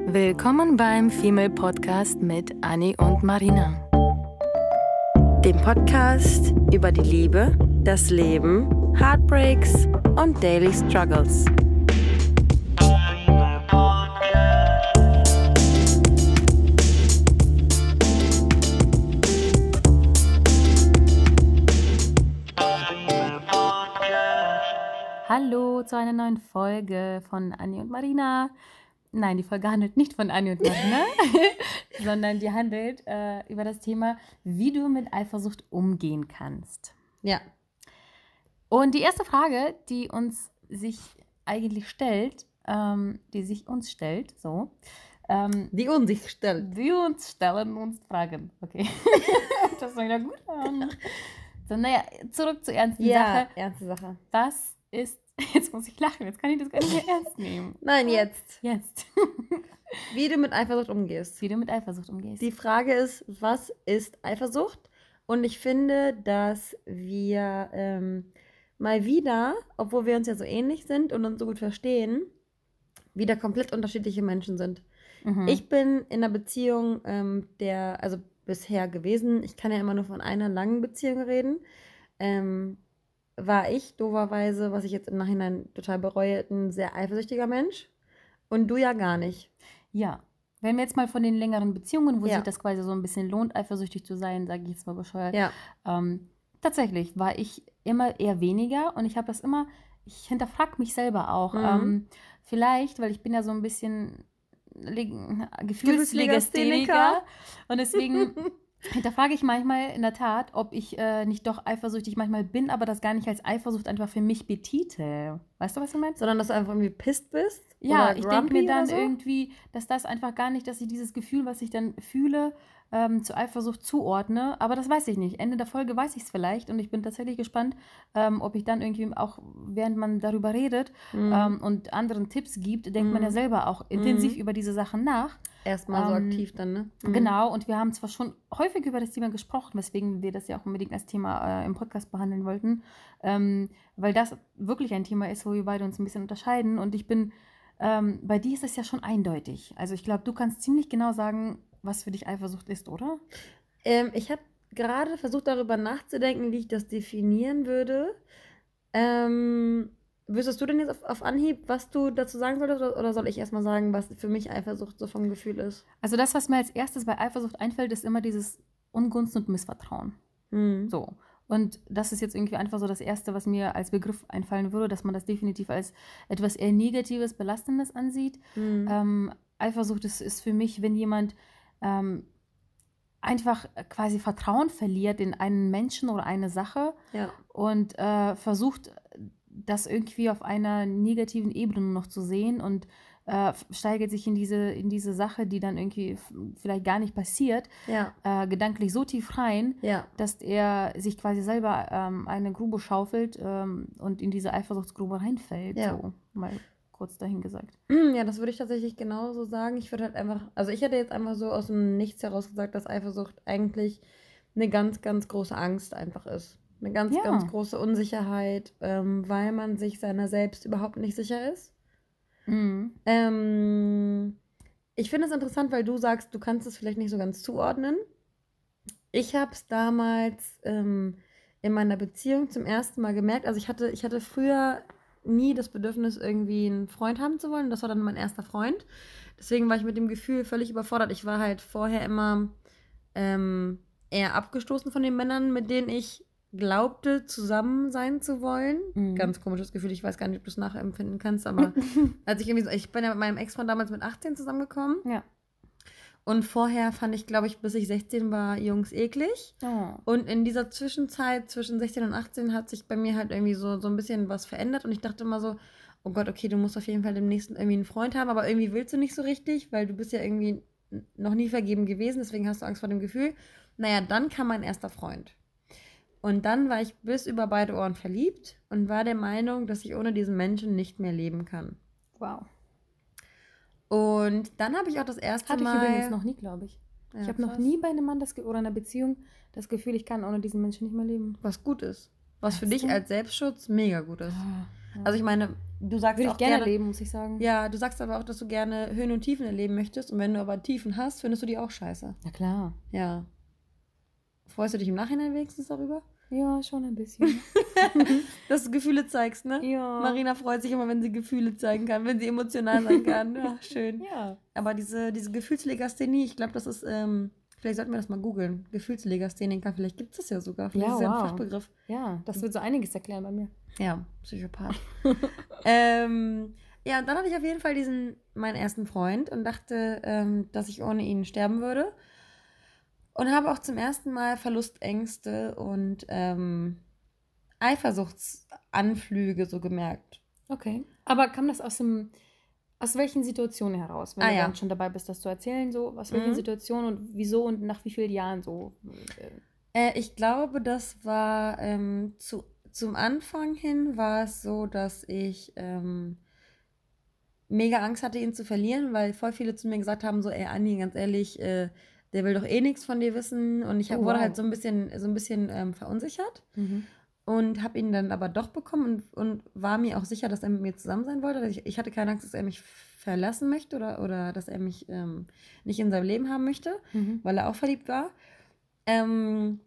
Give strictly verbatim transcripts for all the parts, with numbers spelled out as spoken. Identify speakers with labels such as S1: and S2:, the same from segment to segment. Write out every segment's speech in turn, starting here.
S1: Willkommen beim Female Podcast mit Anni und Marina.
S2: Dem Podcast über die Liebe, das Leben, Heartbreaks und Daily Struggles.
S1: Hallo zu einer neuen Folge von Anni und Marina. Nein, die Folge handelt nicht von Anni und Marina, sondern die handelt äh, über das Thema, wie du mit Eifersucht umgehen kannst.
S2: Ja.
S1: Und die erste Frage, die uns sich eigentlich stellt, ähm, die sich uns stellt, so. Ähm,
S2: die uns sich stellt.
S1: Die uns stellen, uns fragen. Okay. Das ist wieder gut. So, naja, zurück zur ernsten
S2: ja,
S1: Sache.
S2: Ja, ernste Sache.
S1: Was ist, jetzt muss ich lachen, jetzt kann ich das gar nicht mehr ernst nehmen.
S2: Nein, jetzt.
S1: Jetzt.
S2: Wie du mit Eifersucht umgehst.
S1: Wie du mit Eifersucht umgehst.
S2: Die Frage ist, was ist Eifersucht? Und ich finde, dass wir ähm, mal wieder, obwohl wir uns ja so ähnlich sind und uns so gut verstehen, wieder komplett unterschiedliche Menschen sind. Mhm. Ich bin in einer Beziehung, ähm, der, also bisher gewesen, ich kann ja immer nur von einer langen Beziehung reden, ähm, war ich dooferweise, was ich jetzt im Nachhinein total bereue, ein sehr eifersüchtiger Mensch und du ja gar nicht.
S1: Ja, wenn wir jetzt mal von den längeren Beziehungen, wo
S2: ja.
S1: sich das quasi so ein bisschen lohnt, eifersüchtig zu sein, sage ich jetzt mal bescheuert,
S2: ja.
S1: ähm, tatsächlich war ich immer eher weniger und ich habe das immer, ich hinterfrage mich selber auch, mhm. ähm, vielleicht, weil ich bin ja so ein bisschen Gefühlslegastheniker und deswegen hinterfrage ich manchmal in der Tat, ob ich äh, nicht doch eifersüchtig manchmal bin, aber das gar nicht als Eifersucht einfach für mich betitel. Weißt du, was du meinst?
S2: Sondern, dass du einfach irgendwie pisst bist?
S1: Ja, ich denke mir dann so? irgendwie, dass das einfach gar nicht, dass ich dieses Gefühl, was ich dann fühle, ähm, zur Eifersucht zuordne. Aber das weiß ich nicht. Ende der Folge weiß ich es vielleicht und ich bin tatsächlich gespannt, ähm, ob ich dann irgendwie auch, während man darüber redet mhm. ähm, und anderen Tipps gibt, denkt mhm. man ja selber auch intensiv mhm. über diese Sachen nach.
S2: Erstmal ähm, so aktiv dann, ne?
S1: Mhm. Genau, und wir haben zwar schon häufig über das Thema gesprochen, weswegen wir das ja auch unbedingt als Thema äh, im Podcast behandeln wollten, ähm, weil das wirklich ein Thema ist, wo wir beide uns ein bisschen unterscheiden und ich bin, ähm, bei dir ist es ja schon eindeutig. Also ich glaube, du kannst ziemlich genau sagen, was für dich Eifersucht ist, oder?
S2: Ähm, ich habe gerade versucht, darüber nachzudenken, wie ich das definieren würde. Ähm... Wüsstest du denn jetzt auf, auf Anhieb, was du dazu sagen solltest, oder soll ich erstmal sagen, was für mich Eifersucht so vom Gefühl ist?
S1: Also das, was mir als erstes bei Eifersucht einfällt, ist immer dieses Ungunst und Missvertrauen. Mhm. So. Und das ist jetzt irgendwie einfach so das Erste, was mir als Begriff einfallen würde, dass man das definitiv als etwas eher Negatives, Belastendes ansieht. Mhm. Ähm, Eifersucht ist, ist für mich, wenn jemand ähm, einfach quasi Vertrauen verliert in einen Menschen oder eine Sache
S2: ja.
S1: und äh, versucht, das irgendwie auf einer negativen Ebene noch zu sehen und äh, steigert sich in diese, in diese Sache, die dann irgendwie f- vielleicht gar nicht passiert,
S2: ja.
S1: äh, gedanklich so tief rein,
S2: ja.
S1: dass er sich quasi selber ähm, eine Grube schaufelt ähm, und in diese Eifersuchtsgrube reinfällt.
S2: Ja.
S1: So, mal kurz dahin gesagt.
S2: Ja, das würde ich tatsächlich genauso sagen. Ich würde halt einfach, also ich hätte jetzt einfach so aus dem Nichts heraus gesagt, dass Eifersucht eigentlich eine ganz, ganz große Angst einfach ist. Eine ganz,
S1: ja.
S2: ganz große Unsicherheit, ähm, weil man sich seiner selbst überhaupt nicht sicher ist.
S1: Mhm.
S2: Ähm, ich finde es interessant, weil du sagst, du kannst es vielleicht nicht so ganz zuordnen. Ich habe es damals ähm, in meiner Beziehung zum ersten Mal gemerkt. Also ich hatte, ich hatte früher nie das Bedürfnis, irgendwie einen Freund haben zu wollen. Das war dann mein erster Freund. Deswegen war ich mit dem Gefühl völlig überfordert. Ich war halt vorher immer ähm, eher abgestoßen von den Männern, mit denen ich glaubte, zusammen sein zu wollen. Mhm. Ganz komisches Gefühl, ich weiß gar nicht, ob du es nachempfinden kannst, aber als ich irgendwie so, ich bin ja mit meinem Ex-Freund damals mit achtzehn zusammengekommen.
S1: Ja.
S2: Und vorher fand ich, glaube ich, bis ich sechzehn war, Jungs eklig.
S1: Oh.
S2: Und in dieser Zwischenzeit, zwischen sechzehn und achtzehn, hat sich bei mir halt irgendwie so, so ein bisschen was verändert. Und ich dachte immer so, oh Gott, okay, du musst auf jeden Fall demnächst irgendwie einen Freund haben, aber irgendwie willst du nicht so richtig, weil du bist ja irgendwie noch nie vergeben gewesen, deswegen hast du Angst vor dem Gefühl. Naja, dann kam mein erster Freund. Und dann war ich bis über beide Ohren verliebt und war der Meinung, dass ich ohne diesen Menschen nicht mehr leben kann.
S1: Wow.
S2: Und dann habe ich auch das erste
S1: Hatte
S2: Mal...
S1: Hatte ich übrigens noch nie, glaube ich. Ja, ich habe noch nie bei einem Mann das Ge- oder einer Beziehung das Gefühl, ich kann ohne diesen Menschen nicht mehr leben.
S2: Was gut ist. Was für dich als Selbstschutz mega gut ist.
S1: Ja, ja.
S2: Also ich meine, du sagst
S1: Würde
S2: auch
S1: ich gerne
S2: gerne
S1: leben, muss ich sagen.
S2: Ja, du sagst aber auch, dass du gerne Höhen und Tiefen erleben möchtest. Und wenn du aber Tiefen hast, findest du die auch scheiße.
S1: Ja, klar.
S2: Ja. Freust du dich im Nachhinein wenigstens darüber?
S1: Ja, schon ein bisschen.
S2: Dass du Gefühle zeigst, ne?
S1: Ja.
S2: Marina freut sich immer, wenn sie Gefühle zeigen kann, wenn sie emotional sein kann. Ja, schön.
S1: Ja.
S2: Aber diese, diese Gefühlslegasthenie, ich glaube, das ist, ähm, vielleicht sollten wir das mal googeln. Gefühlslegasthenie, vielleicht gibt es das ja sogar. Vielleicht
S1: Ja,
S2: ist das ja ein
S1: wow.
S2: Fachbegriff.
S1: Ja, das wird so einiges erklären bei mir.
S2: Ja, Psychopath. ähm, ja, und dann hatte ich auf jeden Fall diesen, meinen ersten Freund und dachte, ähm, dass ich ohne ihn sterben würde. Und habe auch zum ersten Mal Verlustängste und ähm, Eifersuchtsanflüge so gemerkt.
S1: Okay. Aber kam das aus dem, aus welchen Situationen heraus, wenn
S2: Ah,
S1: du
S2: ja.
S1: dann schon dabei bist, das zu erzählen, so aus welchen
S2: Mhm.
S1: Situationen und wieso und nach wie vielen Jahren so?
S2: Äh, ich glaube, das war ähm, zu, zum Anfang hin war es so, dass ich ähm, mega Angst hatte, ihn zu verlieren, weil voll viele zu mir gesagt haben, so, ey, Anni, ganz ehrlich, äh, der will doch eh nichts von dir wissen. Und ich hab,
S1: Oh,
S2: wurde
S1: wow.
S2: halt so ein bisschen, so ein bisschen ähm, verunsichert
S1: Mhm.
S2: und habe ihn dann aber doch bekommen und, und war mir auch sicher, dass er mit mir zusammen sein wollte. Ich, ich hatte keine Angst, dass er mich verlassen möchte oder, oder dass er mich ähm, nicht in seinem Leben haben möchte,
S1: Mhm.
S2: weil er auch verliebt war. Ähm,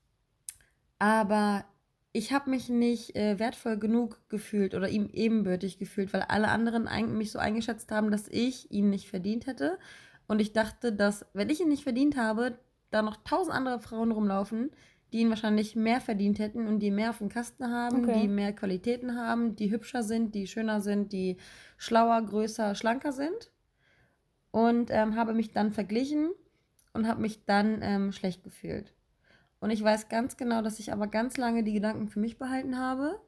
S2: aber ich habe mich nicht äh, wertvoll genug gefühlt oder ihm ebenbürtig gefühlt, weil alle anderen ein, mich so eingeschätzt haben, dass ich ihn nicht verdient hätte. Und ich dachte, dass, wenn ich ihn nicht verdient habe, da noch tausend andere Frauen rumlaufen, die ihn wahrscheinlich mehr verdient hätten und die mehr auf dem Kasten haben,
S1: Okay.
S2: die mehr Qualitäten haben, die hübscher sind, die schöner sind, die schlauer, größer, schlanker sind. Und ähm, habe mich dann verglichen und habe mich dann ähm, schlecht gefühlt. Und ich weiß ganz genau, dass ich aber ganz lange die Gedanken für mich behalten habe.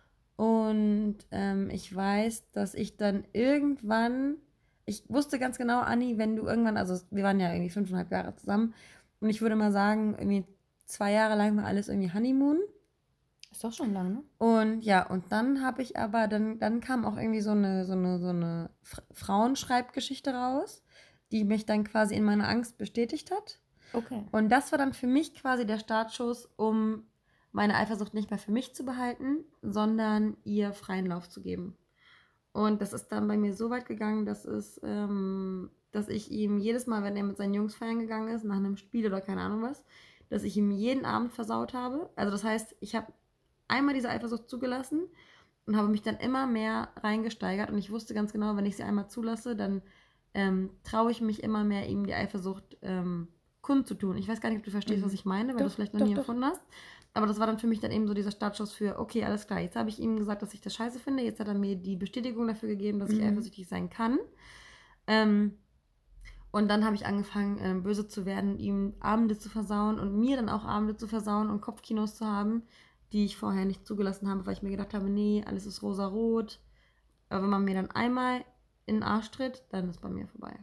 S2: Und ähm, ich weiß, dass ich dann irgendwann, ich wusste ganz genau, Anni, wenn du irgendwann, also wir waren ja irgendwie fünfeinhalb Jahre zusammen, und ich würde mal sagen, irgendwie zwei Jahre lang war alles irgendwie Honeymoon.
S1: Ist doch schon lang, ne?
S2: Und ja, und dann habe ich aber, dann, dann kam auch irgendwie so eine, so eine, so eine Frauenschreibgeschichte raus, die mich dann quasi in meiner Angst bestätigt hat.
S1: Okay.
S2: Und das war dann für mich quasi der Startschuss, um meine Eifersucht nicht mehr für mich zu behalten, sondern ihr freien Lauf zu geben. Und das ist dann bei mir so weit gegangen, dass, es, ähm, dass ich ihm jedes Mal, wenn er mit seinen Jungs feiern gegangen ist, nach einem Spiel oder keine Ahnung was, dass ich ihm jeden Abend versaut habe. Also das heißt, ich habe einmal diese Eifersucht zugelassen und habe mich dann immer mehr reingesteigert. Und ich wusste ganz genau, wenn ich sie einmal zulasse, dann ähm, traue ich mich immer mehr, ihm die Eifersucht ähm, kundzutun. Ich weiß gar nicht, ob du verstehst,
S1: Mhm.
S2: was ich meine, weil du es vielleicht noch
S1: doch,
S2: nie
S1: doch.
S2: empfunden hast. Aber das war dann für mich dann eben so dieser Startschuss für, okay, alles klar, jetzt habe ich ihm gesagt, dass ich das scheiße finde. Jetzt hat er mir die Bestätigung dafür gegeben, dass ich
S1: Mhm.
S2: eifersüchtig sein kann. Ähm, und dann habe ich angefangen, ähm, böse zu werden, ihm Abende zu versauen und mir dann auch Abende zu versauen und Kopfkinos zu haben, die ich vorher nicht zugelassen habe, weil ich mir gedacht habe, nee, alles ist rosarot. Aber wenn man mir dann einmal in den Arsch tritt, dann ist bei mir vorbei.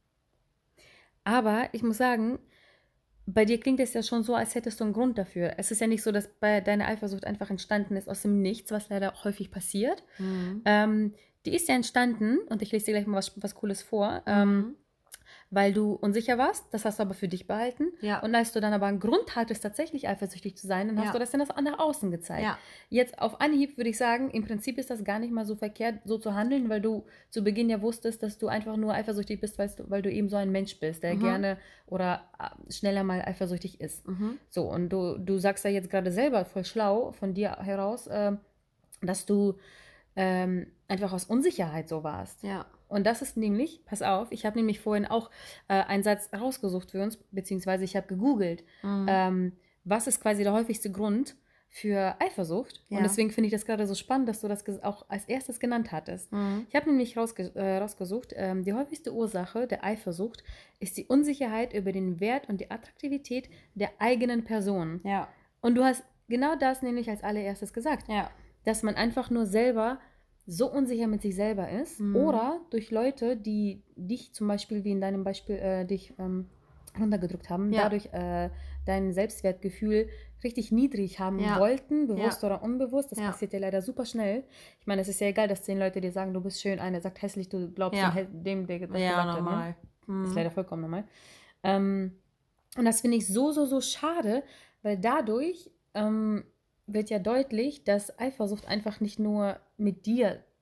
S1: Aber ich muss sagen, bei dir klingt es ja schon so, als hättest du einen Grund dafür. Es ist ja nicht so, dass bei deiner Eifersucht einfach entstanden ist aus dem Nichts, was leider auch häufig passiert.
S2: Mhm.
S1: Ähm, die ist ja entstanden, und ich lese dir gleich mal was, was Cooles vor, ähm,
S2: Mhm.
S1: weil du unsicher warst. Das hast du aber für dich behalten.
S2: Ja.
S1: Und als du dann aber einen Grund hattest, tatsächlich eifersüchtig zu sein, dann hast
S2: Ja.
S1: du das dann nach außen gezeigt.
S2: Ja.
S1: Jetzt auf Anhieb würde ich sagen, im Prinzip ist das gar nicht mal so verkehrt, so zu handeln, weil du zu Beginn ja wusstest, dass du einfach nur eifersüchtig bist, weil du, weil du eben so ein Mensch bist, der
S2: Mhm.
S1: gerne oder äh, schneller mal eifersüchtig ist.
S2: Mhm.
S1: So, und du, du sagst ja jetzt gerade selber voll schlau von dir heraus, äh, dass du ähm, einfach aus Unsicherheit so warst.
S2: Ja.
S1: Und das ist nämlich, pass auf, ich habe nämlich vorhin auch äh, einen Satz rausgesucht für uns, beziehungsweise ich habe gegoogelt,
S2: Mhm.
S1: ähm, was ist quasi der häufigste Grund für Eifersucht.
S2: Ja.
S1: Und deswegen finde ich das gerade so spannend, dass du das ges- auch als erstes genannt hattest.
S2: Mhm.
S1: Ich habe nämlich rausge äh, rausgesucht, ähm, die häufigste Ursache der Eifersucht ist die Unsicherheit über den Wert und die Attraktivität der eigenen Person.
S2: Ja.
S1: Und du hast genau das nämlich als allererstes gesagt,
S2: Ja.
S1: dass man einfach nur selber so unsicher mit sich selber ist
S2: Mhm.
S1: oder durch Leute, die dich zum Beispiel, wie in deinem Beispiel, äh, dich ähm, runtergedrückt haben,
S2: Ja.
S1: dadurch äh, dein Selbstwertgefühl richtig niedrig haben
S2: Ja.
S1: wollten, bewusst
S2: Ja.
S1: oder unbewusst. Das
S2: Ja.
S1: passiert ja leider super schnell. Ich meine, es ist ja egal, dass zehn Leute dir sagen, du bist schön, einer sagt hässlich, du glaubst
S2: Ja.
S1: dem, dem, der das
S2: Ja,
S1: gesagt hat.
S2: normal.
S1: Ne?
S2: Mhm.
S1: Das ist leider vollkommen normal. Ähm, und das finde ich so, so, so schade, weil dadurch ähm, wird ja deutlich, dass Eifersucht einfach nicht nur mit dir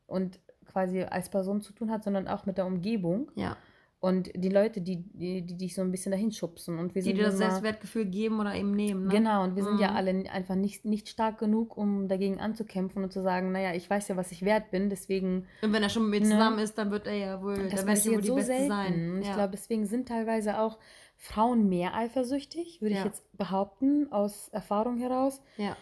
S1: und quasi als Person zu tun hat, sondern auch mit der Umgebung.
S2: Ja.
S1: Und die Leute, die, die, die dich so ein bisschen dahin schubsen. Und wir
S2: Die
S1: sind
S2: dir das
S1: immer,
S2: Selbstwertgefühl geben oder eben nehmen. Ne?
S1: Genau, und wir sind
S2: Mhm.
S1: ja alle einfach nicht, nicht stark genug, um dagegen anzukämpfen und zu sagen, naja, ich weiß ja, was ich wert bin, deswegen...
S2: Und wenn er schon mit mir zusammen ist, dann wird er ja wohl,
S1: Das
S2: dann werde ich ja wohl
S1: passiert
S2: die
S1: so
S2: Beste
S1: selten.
S2: sein.
S1: Ich
S2: Ja.
S1: glaube, deswegen sind teilweise auch Frauen mehr eifersüchtig, würde
S2: Ja.
S1: ich jetzt behaupten, aus Erfahrung heraus,
S2: Ja.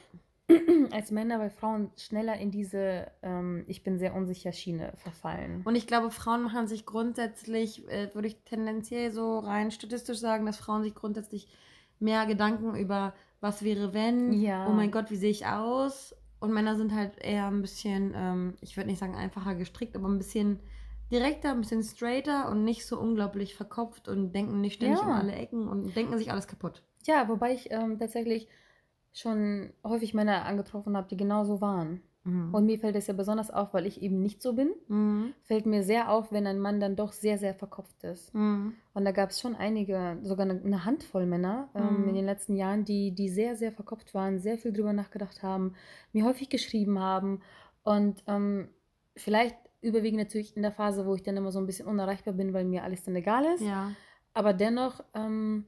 S1: als Männer, weil Frauen schneller in diese ähm, ich bin sehr unsicher Schiene verfallen.
S2: Und ich glaube, Frauen machen sich grundsätzlich, äh, würde ich tendenziell so rein statistisch sagen, dass Frauen sich grundsätzlich mehr Gedanken über was wäre wenn,
S1: Ja.
S2: oh mein Gott, wie sehe ich aus? Und Männer sind halt eher ein bisschen, ähm, ich würde nicht sagen einfacher gestrickt, aber ein bisschen direkter, ein bisschen straighter und nicht so unglaublich verkopft und denken nicht ständig
S1: Ja.
S2: um alle Ecken und denken sich alles kaputt.
S1: Ja, wobei ich ähm, tatsächlich schon häufig Männer angetroffen habe, die genauso waren.
S2: Mhm.
S1: Und mir fällt es ja besonders auf, weil ich eben nicht so bin,
S2: Mhm.
S1: fällt mir sehr auf, wenn ein Mann dann doch sehr, sehr verkopft ist.
S2: Mhm.
S1: Und da gab es schon einige, sogar eine, eine Handvoll Männer ähm,
S2: Mhm.
S1: in den letzten Jahren, die, die sehr, sehr verkopft waren, sehr viel drüber nachgedacht haben, mir häufig geschrieben haben. Und ähm, vielleicht überwiegend natürlich in der Phase, wo ich dann immer so ein bisschen unerreichbar bin, weil mir alles dann egal ist.
S2: Ja.
S1: Aber dennoch, ähm,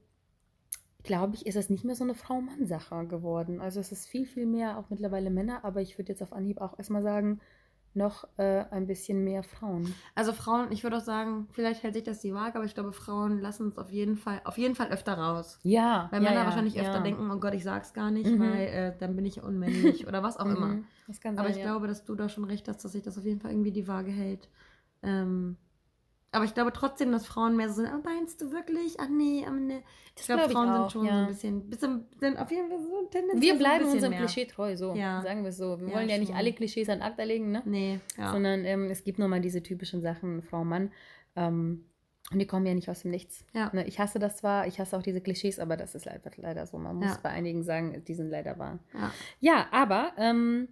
S1: glaube ich, ist es nicht mehr so eine Frau-Mann-Sache geworden. Also es ist viel, viel mehr auch mittlerweile Männer, aber ich würde jetzt auf Anhieb auch erstmal sagen, noch äh, ein bisschen mehr Frauen.
S2: Also Frauen, ich würde auch sagen, vielleicht hält sich das die Waage, aber ich glaube, Frauen lassen es auf jeden Fall, auf jeden Fall öfter raus.
S1: Ja.
S2: Weil
S1: ja,
S2: Männer
S1: ja,
S2: wahrscheinlich
S1: ja.
S2: öfter denken, oh Gott, ich sag's gar nicht,
S1: Mhm.
S2: weil äh, dann bin ich unmännlich oder was auch
S1: Mhm.
S2: immer.
S1: Das kann
S2: Aber
S1: sein,
S2: ich
S1: ja.
S2: glaube, dass du da schon recht hast, dass sich das auf jeden Fall irgendwie die Waage hält. Ähm, aber ich glaube trotzdem, dass Frauen mehr so sind, oh, meinst du wirklich? Ach nee, ach nee. Ich
S1: Das
S2: glaube,
S1: glaub ich
S2: Frauen
S1: auch,
S2: sind schon
S1: ja.
S2: so ein bisschen, bisschen sind auf jeden Fall so tendenziell
S1: Wir
S2: so ein
S1: bleiben
S2: bisschen
S1: unserem
S2: mehr.
S1: Klischee treu, so
S2: Ja.
S1: sagen wir es so. Wir
S2: Ja,
S1: wollen ja nicht
S2: schon.
S1: alle Klischees an ACTA legen, ne?
S2: Nee, ja.
S1: Sondern ähm, es gibt nur mal diese typischen Sachen, Frau, Mann. Ähm, und die kommen ja nicht aus dem Nichts.
S2: Ja.
S1: Ne? Ich hasse das zwar, ich hasse auch diese Klischees, aber das ist leider, leider so. Man muss
S2: Ja.
S1: bei einigen sagen, die sind leider wahr.
S2: Ja.
S1: Ja, aber ähm,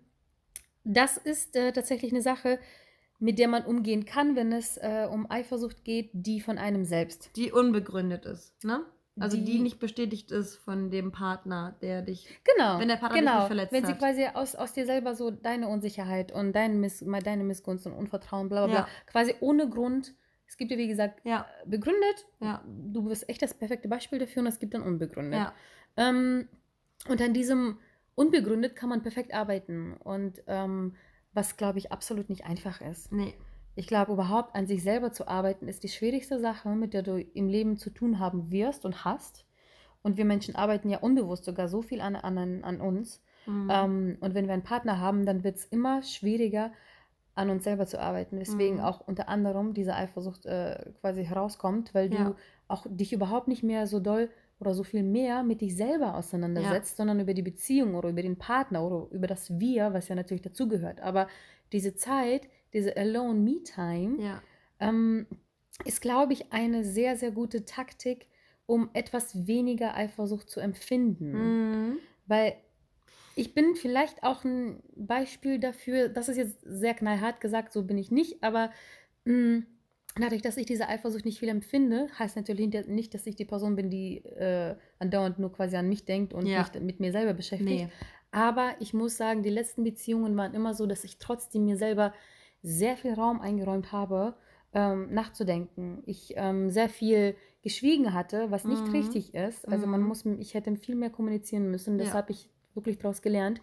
S1: das ist äh, tatsächlich eine Sache, mit der man umgehen kann, wenn es äh, um Eifersucht geht, die von einem selbst.
S2: Die unbegründet ist, ne? Also die,
S1: Die-
S2: nicht bestätigt ist von dem Partner, der dich,
S1: Genau,
S2: wenn der Partner dich
S1: genau.
S2: nicht verletzt
S1: Wenn sie
S2: hat.
S1: quasi aus, aus dir selber so deine Unsicherheit und dein Miss, mal deine Missgunst und Unvertrauen, bla bla
S2: Ja.
S1: bla, quasi ohne Grund, es gibt ja wie gesagt
S2: Ja.
S1: begründet,
S2: Ja.
S1: du bist echt das perfekte Beispiel dafür und es gibt dann unbegründet.
S2: Ja.
S1: Ähm, und an diesem unbegründet kann man perfekt arbeiten und ähm, was, glaube ich, absolut nicht einfach ist.
S2: Nee.
S1: Ich glaube, überhaupt an sich selber zu arbeiten, ist die schwierigste Sache, mit der du im Leben zu tun haben wirst und hast. Und wir Menschen arbeiten ja unbewusst sogar so viel an, an, an uns.
S2: Mhm.
S1: Ähm, und wenn wir einen Partner haben, dann wird es immer schwieriger, an uns selber zu arbeiten. Weswegen
S2: Mhm.
S1: auch unter anderem diese Eifersucht äh, quasi herauskommt, weil
S2: Ja.
S1: du auch dich überhaupt nicht mehr so doll oder so viel mehr mit dich selber auseinandersetzt, sondern über die Beziehung oder über den Partner oder über das Wir, was ja natürlich dazugehört. Aber diese Zeit, diese Alone-Me-Time,
S2: Ja.
S1: ähm, ist, glaube ich, eine sehr, sehr gute Taktik, um etwas weniger Eifersucht zu empfinden.
S2: Mhm.
S1: Weil ich bin vielleicht auch ein Beispiel dafür, das ist jetzt sehr knallhart gesagt, so bin ich nicht, aber mh, dadurch, dass ich diese Eifersucht nicht viel empfinde, heißt natürlich nicht, dass ich die Person bin, die äh, andauernd nur quasi an mich denkt und
S2: Ja.
S1: nicht mit mir selber beschäftigt.
S2: Nee.
S1: Aber ich muss sagen, die letzten Beziehungen waren immer so, dass ich trotzdem mir selber sehr viel Raum eingeräumt habe, ähm, nachzudenken. Ich ähm, sehr viel geschwiegen hatte, was nicht
S2: Mhm.
S1: richtig ist. Also man
S2: Mhm.
S1: muss, ich hätte viel mehr kommunizieren müssen. Das
S2: Ja.
S1: habe ich wirklich daraus gelernt.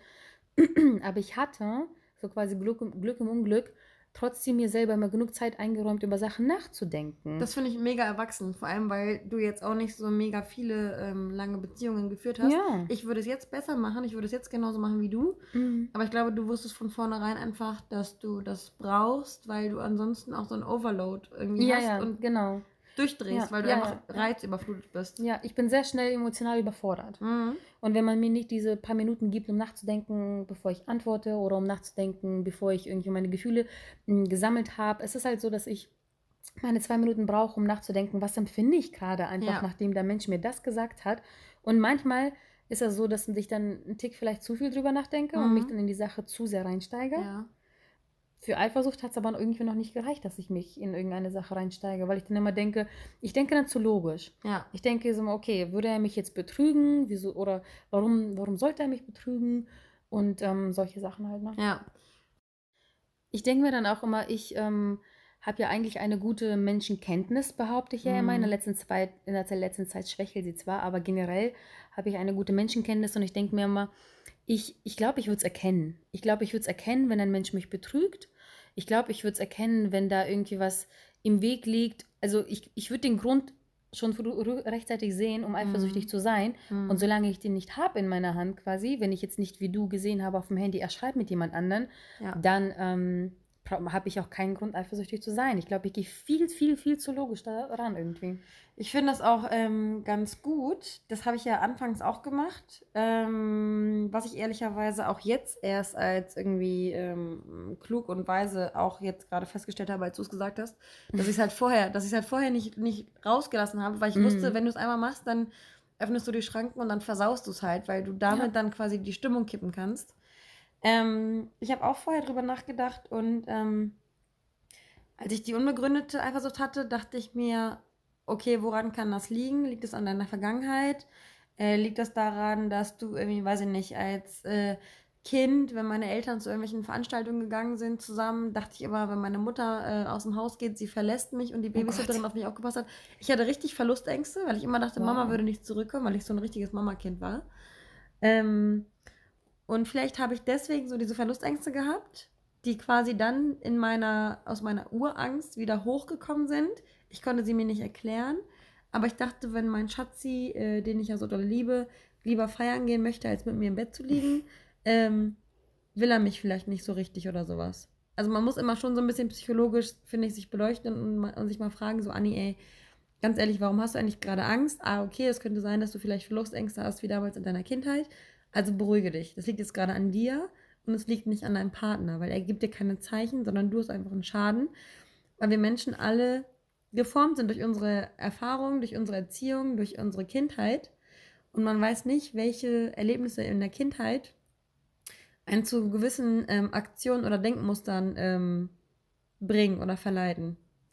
S1: Aber ich hatte so quasi Glück, im- Glück im Unglück trotzdem mir selber immer genug Zeit eingeräumt, über Sachen nachzudenken.
S2: Das finde ich mega erwachsen, vor allem weil du jetzt auch nicht so mega viele ähm, lange Beziehungen geführt hast.
S1: Ja.
S2: Ich würde es jetzt besser machen, ich würde es jetzt genauso machen wie du,
S1: Mhm.
S2: aber ich glaube, du wusstest von vornherein einfach, dass du das brauchst, weil du ansonsten auch so ein Overload irgendwie
S1: Ja,
S2: hast
S1: ja,
S2: und
S1: genau.
S2: durchdrehst,
S1: Ja,
S2: weil du
S1: ja,
S2: einfach
S1: ja, ja.
S2: reizüberflutet bist.
S1: Ja, ich bin sehr schnell emotional überfordert.
S2: Mhm.
S1: Und wenn man mir nicht diese paar Minuten gibt, um nachzudenken, bevor ich antworte oder um nachzudenken, bevor ich irgendwie meine Gefühle mh, gesammelt habe, es ist halt so, dass ich meine zwei Minuten brauche, um nachzudenken, was empfinde ich gerade einfach,
S2: Ja.
S1: nachdem der Mensch mir das gesagt hat. Und manchmal ist es so, dass ich dann einen Tick vielleicht zu viel drüber nachdenke und
S2: Mhm.
S1: mich dann in die Sache zu sehr reinsteige.
S2: Ja.
S1: Für Eifersucht hat es aber irgendwie noch nicht gereicht, dass ich mich in irgendeine Sache reinsteige, weil ich dann immer denke, ich denke dann zu logisch.
S2: Ja.
S1: Ich denke so, okay, würde er mich jetzt betrügen? Wieso, oder warum, warum sollte er mich betrügen? Und ähm, solche Sachen halt, ne?
S2: Ja.
S1: Ich denke mir dann auch immer, ich ähm, habe ja eigentlich eine gute Menschenkenntnis, behaupte ich ja immer. In der
S2: Mhm.
S1: letzten Zeit, in der letzten Zeit schwächelt sie zwar, aber generell habe ich eine gute Menschenkenntnis und ich denke mir immer, ich ich glaube, ich würde es erkennen. Ich glaube, ich würde es erkennen, wenn ein Mensch mich betrügt. Ich glaube, ich würde es erkennen, wenn da irgendwie was im Weg liegt. Also ich, ich würde den Grund schon frü- rü- rechtzeitig sehen, um eifersüchtig
S2: Mhm.
S1: zu sein. Und
S2: Mhm.
S1: solange ich den nicht habe in meiner Hand quasi, wenn ich jetzt nicht wie du gesehen habe auf dem Handy, er schreibt mit jemand anderen,
S2: Ja.
S1: dann ähm, habe ich auch keinen Grund, eifersüchtig zu sein. Ich glaube, ich gehe viel, viel, viel zu logisch daran irgendwie.
S2: Ich finde das auch ähm, ganz gut. Das habe ich ja anfangs auch gemacht. Ähm, was ich ehrlicherweise auch jetzt erst als irgendwie ähm, klug und weise auch jetzt gerade festgestellt habe, als du es gesagt hast, dass ich es halt vorher, dass ich es halt vorher nicht, nicht rausgelassen habe, weil ich wusste,
S1: Mm.
S2: wenn du es einmal machst, dann öffnest du die Schranken und dann versaust du es halt, weil du damit
S1: Ja.
S2: dann quasi die Stimmung kippen kannst. Ähm, ich habe auch vorher drüber nachgedacht und ähm, als ich die unbegründete Eifersucht hatte, dachte ich mir, okay, woran kann das liegen? Liegt es an deiner Vergangenheit? Äh, liegt das daran, dass du irgendwie, weiß ich nicht, als äh, Kind, wenn meine Eltern zu irgendwelchen Veranstaltungen gegangen sind zusammen, dachte ich immer, wenn meine Mutter äh, aus dem Haus geht, sie verlässt mich und die
S1: Oh
S2: Babysitterin
S1: Gott.
S2: auf mich aufgepasst hat. Ich hatte richtig Verlustängste, weil ich immer dachte, Mama
S1: Wow.
S2: würde nicht zurückkommen, weil ich so ein richtiges Mamakind war. Ähm, und vielleicht habe ich deswegen so diese Verlustängste gehabt, die quasi dann in meiner, aus meiner Urangst wieder hochgekommen sind. Ich konnte sie mir nicht erklären, aber ich dachte, wenn mein Schatzi, äh, den ich ja so doll liebe, lieber feiern gehen möchte, als mit mir im Bett zu liegen, ähm, will er mich vielleicht nicht so richtig oder sowas. Also man muss immer schon so ein bisschen psychologisch, finde ich, sich beleuchten und, ma- und sich mal fragen, so Anni, ey, ganz ehrlich, warum hast du eigentlich gerade Angst? Ah, okay, es könnte sein, dass du vielleicht Verlustängste hast, wie damals in deiner Kindheit. Also beruhige dich. Das liegt jetzt gerade an dir und es liegt nicht an deinem Partner, weil er gibt dir keine Zeichen, sondern du hast einfach einen Schaden, weil wir Menschen alle geformt sind durch unsere Erfahrungen, durch unsere Erziehung, durch unsere Kindheit. Und man weiß nicht, welche Erlebnisse in der Kindheit einen zu gewissen ähm, Aktionen oder Denkmustern ähm, bringen oder verleiten.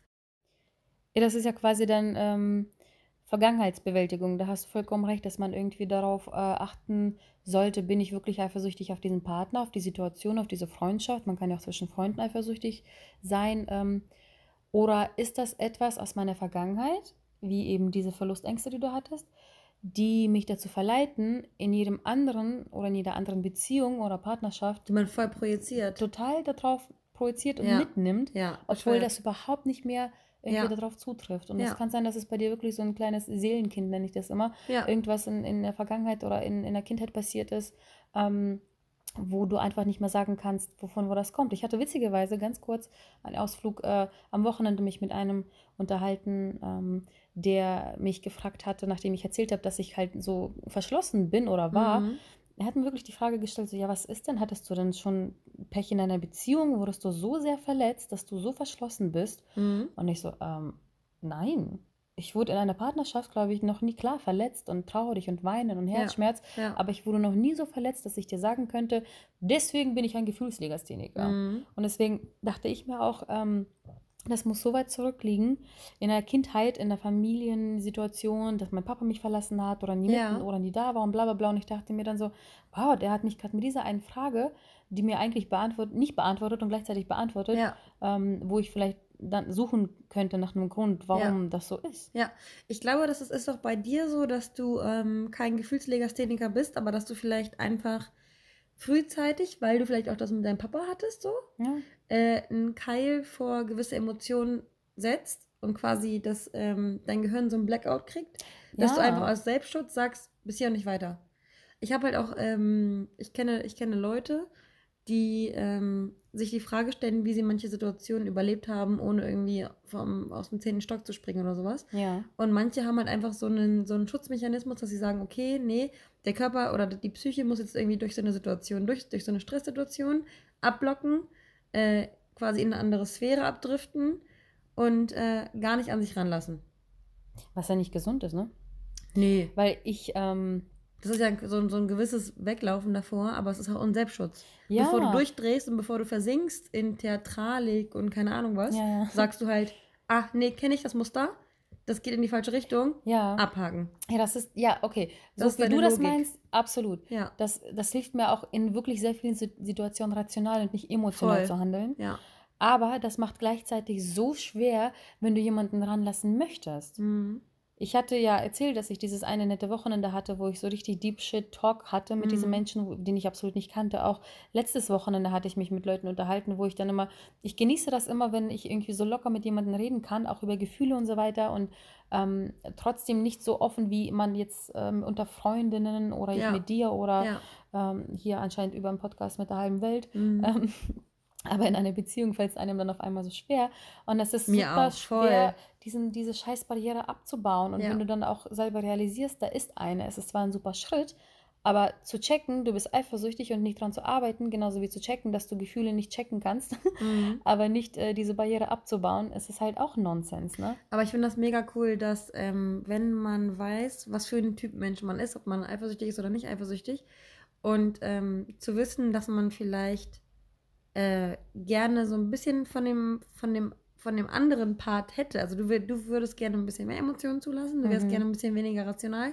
S1: Ja, das ist ja quasi dann ähm, Vergangenheitsbewältigung. Da hast du vollkommen recht, dass man irgendwie darauf äh, achten sollte, bin ich wirklich eifersüchtig auf diesen Partner, auf die Situation, auf diese Freundschaft. Man kann ja auch zwischen Freunden eifersüchtig sein. Ähm, oder ist das etwas aus meiner Vergangenheit, wie eben diese Verlustängste, die du hattest, die mich dazu verleiten, in jedem anderen oder in jeder anderen Beziehung oder Partnerschaft
S2: Die man voll projiziert.
S1: total darauf projiziert und
S2: Ja.
S1: mitnimmt,
S2: Ja,
S1: obwohl
S2: bescheuert.
S1: das überhaupt nicht mehr irgendwie
S2: Ja.
S1: darauf zutrifft. Und
S2: Ja.
S1: es kann sein, dass es bei dir wirklich so ein kleines Seelenkind, nenne ich das immer,
S2: Ja.
S1: irgendwas in, in der Vergangenheit oder in, in der Kindheit passiert ist, ähm, wo du einfach nicht mehr sagen kannst, wovon wo das kommt. Ich hatte witzigerweise ganz kurz einen Ausflug äh, am Wochenende mich mit einem unterhalten, ähm, der mich gefragt hatte, nachdem ich erzählt habe, dass ich halt so verschlossen bin oder war.
S2: Mhm.
S1: Er hat mir wirklich die Frage gestellt, so, ja, was ist denn? Hattest du denn schon Pech in deiner Beziehung? Wurdest du so sehr verletzt, dass du so verschlossen bist?
S2: Mhm.
S1: Und ich so, ähm, nein. Ich wurde in einer Partnerschaft, glaube ich, noch nie klar verletzt und traurig und weinen und Herzschmerz.
S2: Ja.
S1: Aber ich wurde noch nie so verletzt, dass ich dir sagen könnte, deswegen bin ich ein Gefühlslegastheniker.
S2: Mhm.
S1: Und deswegen dachte ich mir auch, ähm, das muss so weit zurückliegen, in der Kindheit, in der Familiensituation, dass mein Papa mich verlassen hat oder nie
S2: Ja.
S1: mit oder nie da war und bla bla bla. Und ich dachte mir dann so, wow, der hat mich gerade mit dieser einen Frage, die mir eigentlich beantwortet, nicht beantwortet und gleichzeitig beantwortet,
S2: Ja.
S1: ähm, wo ich vielleicht dann suchen könnte nach einem Grund, warum das so ist.
S2: Ja, ich glaube, das ist, ist doch bei dir so, dass du ähm, kein Gefühlslegastheniker bist, aber dass du vielleicht einfach frühzeitig, weil du vielleicht auch das mit deinem Papa hattest, so,
S1: Ja.
S2: äh, einen Keil vor gewisse Emotionen setzt und quasi das, ähm, dein Gehirn so einen Blackout kriegt, dass du
S1: Ja.
S2: einfach aus Selbstschutz sagst, bis hier und nicht weiter. Ich habe halt auch, ähm, ich kenne, ich kenne Leute, die ähm, sich die Frage stellen, wie sie manche Situationen überlebt haben, ohne irgendwie vom, aus dem zehnten Stock zu springen oder sowas.
S1: Ja.
S2: Und manche haben halt einfach so einen, so einen Schutzmechanismus, dass sie sagen, okay, nee, der Körper oder die Psyche muss jetzt irgendwie durch so eine Situation, durch, durch so eine Stresssituation abblocken, äh, quasi in eine andere Sphäre abdriften und äh, gar nicht an sich ranlassen.
S1: Was ja nicht gesund ist, ne?
S2: Nee.
S1: Weil ich, ähm,
S2: Das ist ja so, so ein gewisses Weglaufen davor, aber es ist auch ein Selbstschutz.
S1: Ja.
S2: Bevor du durchdrehst und bevor du versinkst in Theatralik und keine Ahnung was,
S1: Ja, ja.
S2: sagst du halt, ach nee, kenne ich das Muster, das geht in die falsche Richtung,
S1: ja.
S2: abhaken.
S1: Ja, das ist, ja, okay. So wie du das meinst, absolut. Ja. Das, das hilft mir auch in wirklich sehr vielen Situationen rational und nicht emotional Voll. Zu handeln.
S2: Ja.
S1: Aber das macht gleichzeitig so schwer, wenn du jemanden ranlassen möchtest.
S2: Mhm.
S1: Ich hatte ja erzählt, dass ich dieses eine nette Wochenende hatte, wo ich so richtig Deep Shit Talk hatte mit mhm. diesen Menschen, den ich absolut nicht kannte. Auch letztes Wochenende hatte ich mich mit Leuten unterhalten, wo ich dann immer, ich genieße das immer, wenn ich irgendwie so locker mit jemandem reden kann, auch über Gefühle und so weiter und ähm, trotzdem nicht so offen, wie man jetzt ähm, unter Freundinnen oder ich ja. mit dir oder
S2: ja.
S1: ähm, hier anscheinend über einen Podcast mit der halben Welt.
S2: Mhm.
S1: Ähm, aber in einer Beziehung fällt es einem dann auf einmal so schwer. Und es ist
S2: Mir
S1: super
S2: auch,
S1: schwer, diesen, diese Scheißbarriere abzubauen. Und
S2: ja.
S1: wenn du dann auch selber realisierst, da ist eine, es ist zwar ein super Schritt, aber zu checken, du bist eifersüchtig und nicht dran zu arbeiten, genauso wie zu checken, dass du Gefühle nicht checken kannst,
S2: mhm.
S1: aber nicht äh, diese Barriere abzubauen, ist es halt auch Nonsens, ne?
S2: Aber ich finde das mega cool, dass ähm, wenn man weiß, was für ein Typ Mensch man ist, ob man eifersüchtig ist oder nicht eifersüchtig, und ähm, zu wissen, dass man vielleicht Äh, gerne so ein bisschen von dem, von dem, von dem anderen Part hätte. Also du, du würdest gerne ein bisschen mehr Emotionen zulassen, du wärst mhm. gerne ein bisschen weniger rational.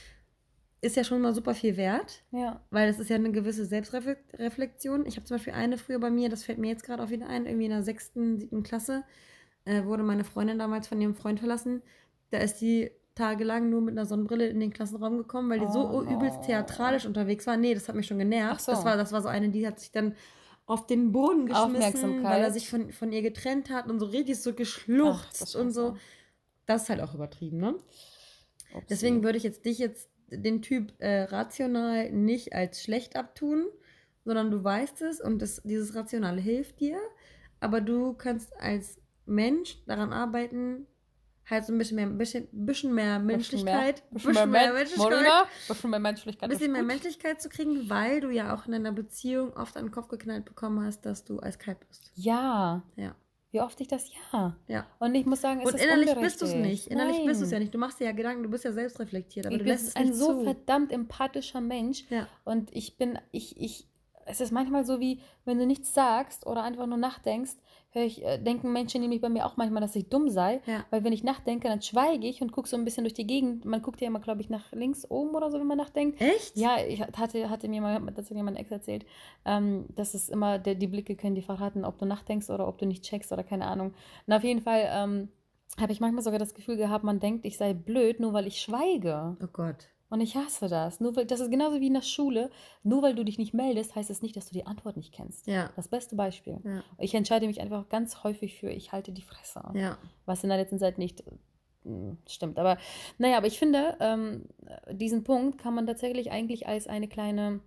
S2: Ist ja schon mal super viel wert,
S1: ja.
S2: weil das ist ja eine gewisse Selbstreflexion. Ich habe zum Beispiel eine früher bei mir, das fällt mir jetzt gerade auch wieder ein, irgendwie in der sechsten, siebten Klasse, äh, wurde meine Freundin damals von ihrem Freund verlassen. Da ist die tagelang nur mit einer Sonnenbrille in den Klassenraum gekommen, weil die oh, so no. übelst theatralisch unterwegs war. Nee, das hat mich schon genervt. So. Das war, das war so eine, die hat sich dann auf den Boden geschmissen, weil er sich von, von ihr getrennt hat und so richtig so geschluchzt Ach, und so. Das ist halt auch übertrieben, ne? Upsi. Deswegen würde ich jetzt dich jetzt, den Typ äh, rational nicht als schlecht abtun, sondern du weißt es und das, dieses Rationale hilft dir, aber du kannst als Mensch daran arbeiten, halt so ein bisschen mehr, bisschen, bisschen mehr Menschlichkeit.
S1: Bisschen mehr, bisschen mehr, mehr Menschlichkeit. Morina, bisschen mehr Menschlichkeit.
S2: Ein bisschen mehr Menschlichkeit zu kriegen, weil du ja auch in einer Beziehung oft an den Kopf geknallt bekommen hast, dass du eiskalt bist.
S1: Ja.
S2: Ja.
S1: Wie oft ich das ja.
S2: Ja.
S1: Und ich muss sagen, es
S2: Und
S1: ist
S2: innerlich bist du es nicht. Innerlich
S1: Nein.
S2: bist du es ja nicht. Du machst dir ja Gedanken, du bist ja selbstreflektiert, aber
S1: ich
S2: du lässt es
S1: ein
S2: nicht
S1: so
S2: zu.
S1: verdammt empathischer Mensch.
S2: Ja.
S1: Und ich bin, ich, ich, es ist manchmal so wie, wenn du nichts sagst oder einfach nur nachdenkst, höre ich, äh, denken Menschen nämlich bei mir auch manchmal, dass ich dumm sei.
S2: Ja.
S1: Weil wenn ich nachdenke, dann schweige ich und gucke so ein bisschen durch die Gegend. Man guckt ja immer, glaube ich, nach links oben oder so, wenn man nachdenkt.
S2: Echt?
S1: Ja, ich hatte, hatte mir mal, das hat mir mein Ex erzählt, ähm, dass es immer, der, die Blicke können dir verraten, ob du nachdenkst oder ob du nicht checkst oder keine Ahnung. Und auf jeden Fall ähm, habe ich manchmal sogar das Gefühl gehabt, man denkt, ich sei blöd, nur weil ich schweige.
S2: Oh Gott.
S1: Und ich hasse das. Nur weil, das ist genauso wie in der Schule. Nur weil du dich nicht meldest, heißt es nicht, dass du die Antwort nicht kennst.
S2: Ja.
S1: Das beste Beispiel.
S2: Ja.
S1: Ich entscheide mich einfach ganz häufig für, ich halte die Fresse.
S2: Ja.
S1: Was in der letzten Zeit nicht äh, stimmt. Aber naja, aber ich finde, ähm, diesen Punkt kann man tatsächlich eigentlich als eine kleine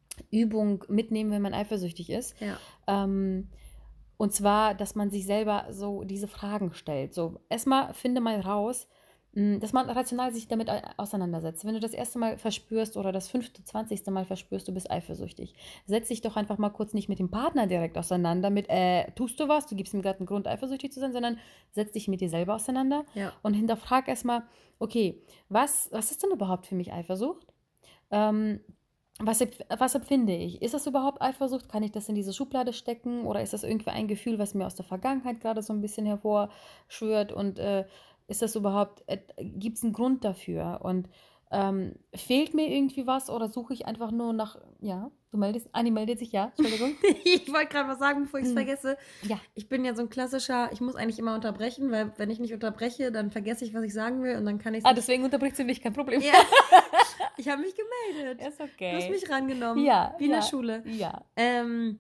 S1: Übung mitnehmen, wenn man eifersüchtig ist.
S2: Ja.
S1: Ähm, und zwar, dass man sich selber so diese Fragen stellt. So, erstmal finde mal raus, dass man rational sich damit auseinandersetzt. Wenn du das erste Mal verspürst oder das fünfte, zwanzigste Mal verspürst, du bist eifersüchtig, setz dich doch einfach mal kurz nicht mit dem Partner direkt auseinander, mit, äh, tust du was, du gibst ihm gerade einen Grund, eifersüchtig zu sein, sondern setz dich mit dir selber auseinander
S2: ja.
S1: und hinterfrag erstmal, okay, was, was ist denn überhaupt für mich Eifersucht? Ähm, Was, was empfinde ich? Ist das überhaupt Eifersucht? Kann ich das in diese Schublade stecken? Oder ist das irgendwie ein Gefühl, was mir aus der Vergangenheit gerade so ein bisschen hervorschwört? Und äh, ist das überhaupt, äh, gibt es einen Grund dafür? Und ähm, fehlt mir irgendwie was oder suche ich einfach nur nach, ja, du meldest, Anni meldet sich, ja, Entschuldigung.
S2: Ich wollte gerade was sagen, bevor ich es hm. vergesse.
S1: Ja.
S2: Ich bin ja so ein klassischer, ich muss eigentlich immer unterbrechen, weil wenn ich nicht unterbreche, dann vergesse ich, was ich sagen will und dann kann ich
S1: Ah, deswegen unterbricht sie mich, kein Problem.
S2: Ja. Ich habe mich gemeldet.
S1: Ist okay.
S2: Du hast mich rangenommen.
S1: Ja.
S2: Wie in
S1: ja,
S2: der Schule.
S1: Ja.
S2: Ähm,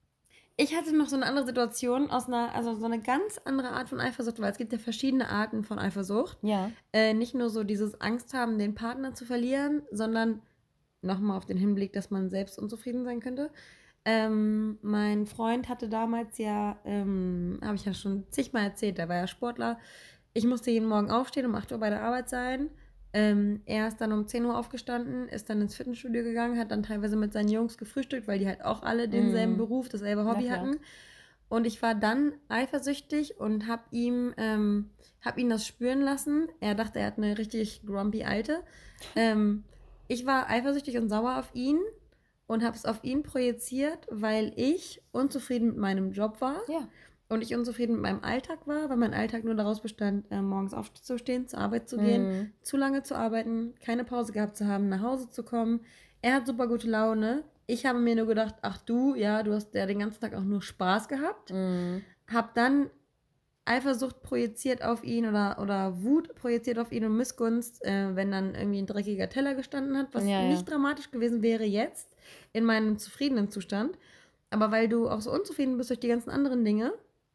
S2: ich hatte noch so eine andere Situation, aus einer, also so eine ganz andere Art von Eifersucht, weil es gibt ja verschiedene Arten von Eifersucht.
S1: Ja.
S2: Äh, nicht nur so dieses Angst haben, den Partner zu verlieren, sondern nochmal auf den Hinblick, dass man selbst unzufrieden sein könnte. Ähm, mein Freund hatte damals ja, ähm, habe ich ja schon zigmal erzählt, der war ja Sportler. Ich musste jeden Morgen aufstehen, um acht Uhr bei der Arbeit sein. Ähm, er ist dann um zehn Uhr aufgestanden, ist dann ins Fitnessstudio gegangen, hat dann teilweise mit seinen Jungs gefrühstückt, weil die halt auch alle denselben mm. Beruf, dasselbe Hobby hatten. Und ich war dann eifersüchtig und habe ihm, ähm, hab ihn das spüren lassen. Er dachte, er hat eine richtig grumpy Alte. Ähm, ich war eifersüchtig und sauer auf ihn und habe es auf ihn projiziert, weil ich unzufrieden mit meinem Job war.
S1: Ja.
S2: und ich unzufrieden mit meinem Alltag war, weil mein Alltag nur daraus bestand, äh, morgens aufzustehen, zur Arbeit zu gehen, mhm. zu lange zu arbeiten, keine Pause gehabt zu haben, nach Hause zu kommen. Er hat super gute Laune. Ich habe mir nur gedacht, ach du, ja, du hast ja den ganzen Tag auch nur Spaß gehabt. Mhm. Hab dann Eifersucht projiziert auf ihn oder, oder Wut projiziert auf ihn und Missgunst, äh, wenn dann irgendwie ein dreckiger Teller gestanden hat, was ja, ja. nicht dramatisch gewesen wäre jetzt in meinem zufriedenen Zustand. Aber weil du auch so unzufrieden bist durch die ganzen anderen Dinge,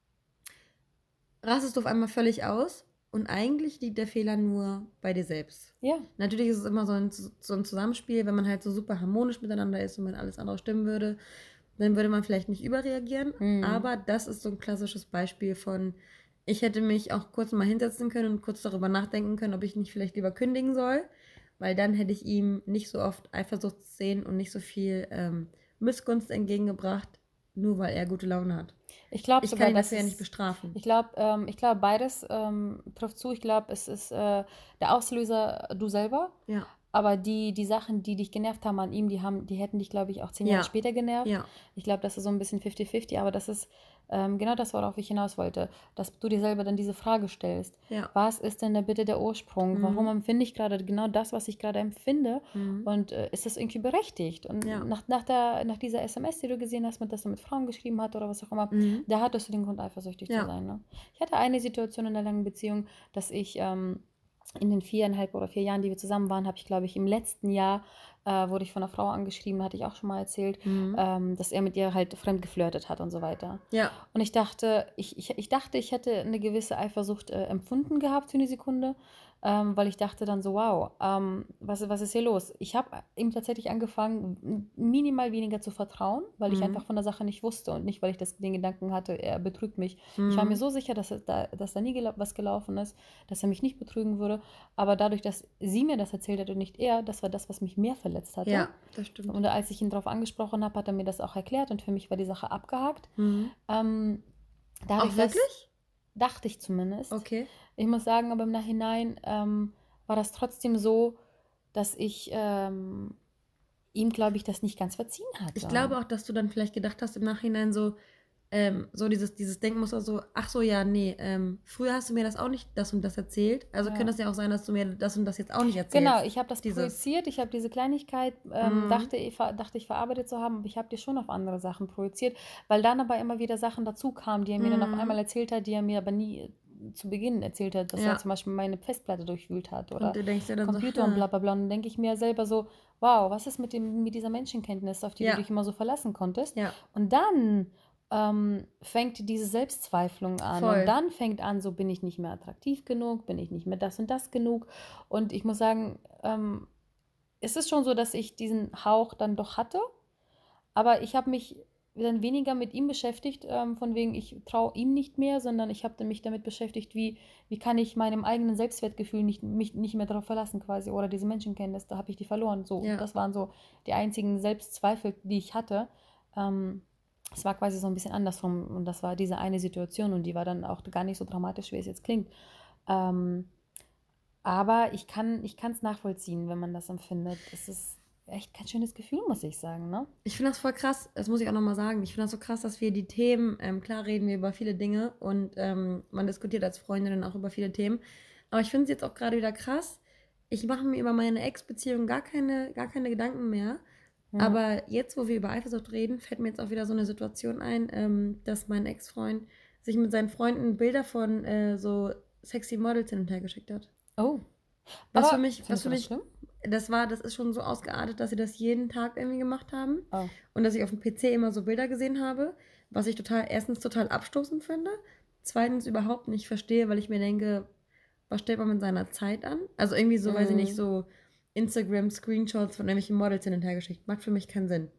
S2: rastest du auf einmal völlig aus und eigentlich liegt der Fehler nur bei dir selbst. Ja. Natürlich ist es immer so ein, so ein Zusammenspiel, wenn man halt so super harmonisch miteinander ist und wenn alles andere stimmen würde, dann würde man vielleicht nicht überreagieren. Mhm. Aber das ist so ein klassisches Beispiel von, ich hätte mich auch kurz mal hinsetzen können und kurz darüber nachdenken können, ob ich nicht vielleicht lieber kündigen soll, weil dann hätte ich ihm nicht so oft Eifersuchtsszenen und nicht so viel ähm, Missgunst entgegengebracht, nur weil er gute Laune hat.
S1: Ich glaube
S2: ich sogar, kann ihn dafür ja nicht bestrafen.
S1: Ich glaube, ähm, ich glaube, beides ähm, trifft zu. Ich glaube, es ist äh, der Auslöser du selber. Ja. Aber die, die Sachen, die dich genervt haben an ihm, die haben, die hätten dich, glaube ich, auch zehn ja. Jahre später genervt. Ja. Ich glaube, das ist so ein bisschen fifty fifty, aber das ist ähm, genau das, worauf ich hinaus wollte, dass du dir selber dann diese Frage stellst. Ja. Was ist denn da bitte der Ursprung? Mhm. Warum empfinde ich gerade genau das, was ich gerade empfinde? Mhm. Und äh, ist das irgendwie berechtigt? Und ja. nach, nach, der, nach dieser S M S, die du gesehen hast, mit, dass er mit Frauen geschrieben hat oder was auch immer, mhm. da hattest du den Grund, eifersüchtig ja. zu sein. Ne? Ich hatte eine Situation in einer langen Beziehung, dass ich ähm, in den viereinhalb oder vier Jahren, die wir zusammen waren, habe ich, glaube ich, im letzten Jahr äh, wurde ich von einer Frau angeschrieben, hatte ich auch schon mal erzählt, mhm. ähm, dass er mit ihr halt fremd geflirtet hat und so weiter. Ja. Und ich dachte, ich, ich, ich dachte, ich hätte eine gewisse Eifersucht äh, empfunden gehabt für eine Sekunde, ähm, weil ich dachte dann so, wow, ähm, was, was ist hier los? Ich habe ihm tatsächlich angefangen, minimal weniger zu vertrauen, weil mhm. ich einfach von der Sache nicht wusste und nicht, weil ich das, den Gedanken hatte, er betrügt mich. Mhm. Ich war mir so sicher, dass, da, dass da nie gela- was gelaufen ist, dass er mich nicht betrügen würde, aber dadurch, dass sie mir das erzählt hat und nicht er, das war das, was mich mehr verletzt hatte. Ja, das stimmt. Und als ich ihn darauf angesprochen habe, hat er mir das auch erklärt und für mich war die Sache abgehakt. Mhm. Ähm, da auch wirklich? Das, dachte ich zumindest. Okay. Ich muss sagen, aber im Nachhinein ähm, war das trotzdem so, dass ich ähm, ihm, glaube ich, das nicht ganz verziehen hatte.
S2: Ich glaube auch, dass du dann vielleicht gedacht hast im Nachhinein so, ähm, so dieses, dieses Denkmuster so, ach so, ja, nee, ähm, früher hast du mir das auch nicht das und das erzählt, also ja. könnte es ja auch sein, dass du mir das und das jetzt auch nicht erzählst.
S1: Genau, ich habe das dieses. projiziert, ich habe diese Kleinigkeit, ähm, mhm. dachte, ich, dachte ich verarbeitet zu haben, aber ich habe dir schon auf andere Sachen projiziert, weil dann aber immer wieder Sachen dazu kamen, die er mir mhm. dann auf einmal erzählt hat, die er mir aber nie zu Beginn erzählt hat, dass ja. er zum Beispiel meine Festplatte durchwühlt hat oder Computer so, und bla bla bla. Und dann denke ich mir selber so, wow, was ist mit, dem, mit dieser Menschenkenntnis, auf die ja. du dich immer so verlassen konntest? Ja. Und dann ähm, fängt diese Selbstzweiflung an. Voll. Und dann fängt an, so bin ich nicht mehr attraktiv genug, bin ich nicht mehr das und das genug. Und ich muss sagen, ähm, es ist schon so, dass ich diesen Hauch dann doch hatte, aber ich habe mich dann weniger mit ihm beschäftigt, ähm, von wegen, ich traue ihm nicht mehr, sondern ich habe mich damit beschäftigt, wie, wie kann ich meinem eigenen Selbstwertgefühl nicht, mich nicht mehr darauf verlassen quasi, oder diese Menschenkenntnis, da habe ich die verloren. So, ja. Das waren so die einzigen Selbstzweifel, die ich hatte. Ähm, es war quasi so ein bisschen andersrum und das war diese eine Situation und die war dann auch gar nicht so dramatisch, wie es jetzt klingt. Ähm, aber ich kann ich kann es nachvollziehen, wenn man das empfindet. Es ist echt kein schönes Gefühl, muss ich sagen, ne?
S2: Ich finde das voll krass, das muss ich auch nochmal sagen, ich finde das so krass, dass wir die Themen, ähm, klar reden wir über viele Dinge und ähm, man diskutiert als Freundin auch über viele Themen, aber ich finde es jetzt auch gerade wieder krass, ich mache mir über meine Ex-Beziehung gar keine, gar keine Gedanken mehr, mhm. aber jetzt, wo wir über Eifersucht reden, fällt mir jetzt auch wieder so eine Situation ein, ähm, dass mein Ex-Freund sich mit seinen Freunden Bilder von äh, so sexy Models hin und her geschickt hat. Oh. Was aber für mich, was für mich schlimm? Das war, das ist schon so ausgeartet, dass sie das jeden Tag irgendwie gemacht haben. Oh. Und dass ich auf dem P C immer so Bilder gesehen habe, was ich total, erstens total abstoßend finde, zweitens überhaupt nicht verstehe, weil ich mir denke, was stellt man mit seiner Zeit an? Also irgendwie so, mm. weiß ich nicht, so Instagram-Screenshots von irgendwelchen Models hin und her geschickt. Macht für mich keinen Sinn.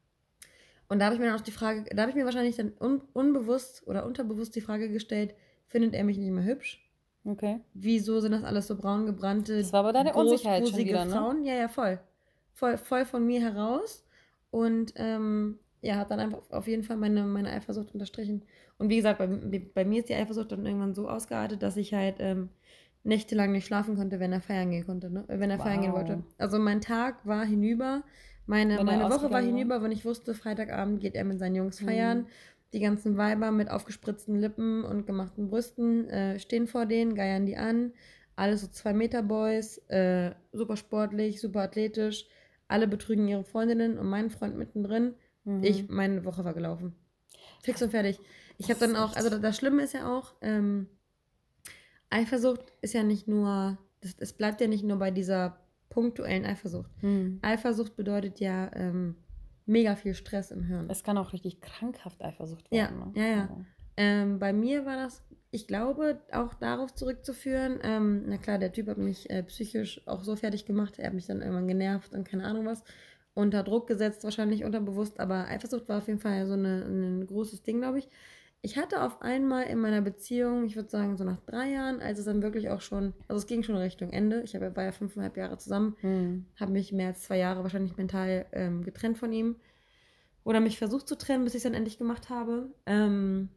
S2: Und da habe ich mir dann auch die Frage, da habe ich mir wahrscheinlich dann un- unbewusst oder unterbewusst die Frage gestellt, findet er mich nicht mehr hübsch? Okay. Wieso sind das alles so braun gebrannte, das war aber deine Unsicherheit schon wieder, Frauen? Ne? Ja, ja, voll. voll. Voll von mir heraus. Und ähm, ja, hat dann einfach auf jeden Fall meine, meine Eifersucht unterstrichen. Und wie gesagt, bei, bei mir ist die Eifersucht dann irgendwann so ausgeartet, dass ich halt ähm, nächtelang nicht schlafen konnte, wenn er feiern gehen konnte, ne? Wenn er wow. feiern gehen wollte. Also mein Tag war hinüber, meine, meine Woche war hinüber, wenn ich wusste, Freitagabend geht er mit seinen Jungs feiern. Mhm. Die ganzen Weiber mit aufgespritzten Lippen und gemachten Brüsten äh, stehen vor denen, geiern die an. Alle so zwei Meter Boys, äh, super sportlich, super athletisch. Alle betrügen ihre Freundinnen und meinen Freund mittendrin. Mhm. Ich, meine Woche war gelaufen. Fix und fertig. Ich habe dann auch, also das Schlimme ist ja auch, ähm, Eifersucht ist ja nicht nur, es bleibt ja nicht nur bei dieser punktuellen Eifersucht. Mhm. Eifersucht bedeutet ja ähm, mega viel Stress im Hirn.
S1: Es kann auch richtig krankhaft Eifersucht
S2: werden.
S1: Ja,
S2: ne? ja, ja. ja. Ähm, bei mir war das, ich glaube, auch darauf zurückzuführen. Ähm, na klar, der Typ hat mich äh, psychisch auch so fertig gemacht. Er hat mich dann irgendwann genervt und keine Ahnung was. Unter Druck gesetzt, wahrscheinlich unterbewusst. Aber Eifersucht war auf jeden Fall so eine, ein großes Ding, glaube ich. Ich hatte auf einmal in meiner Beziehung, ich würde sagen so nach drei Jahren, als es dann wirklich auch schon, also es ging schon Richtung Ende. Ich war ja fünfeinhalb Jahre zusammen, hm. habe mich mehr als zwei Jahre wahrscheinlich mental ähm, getrennt von ihm. Oder mich versucht zu trennen, bis ich es dann endlich gemacht habe. Ähm,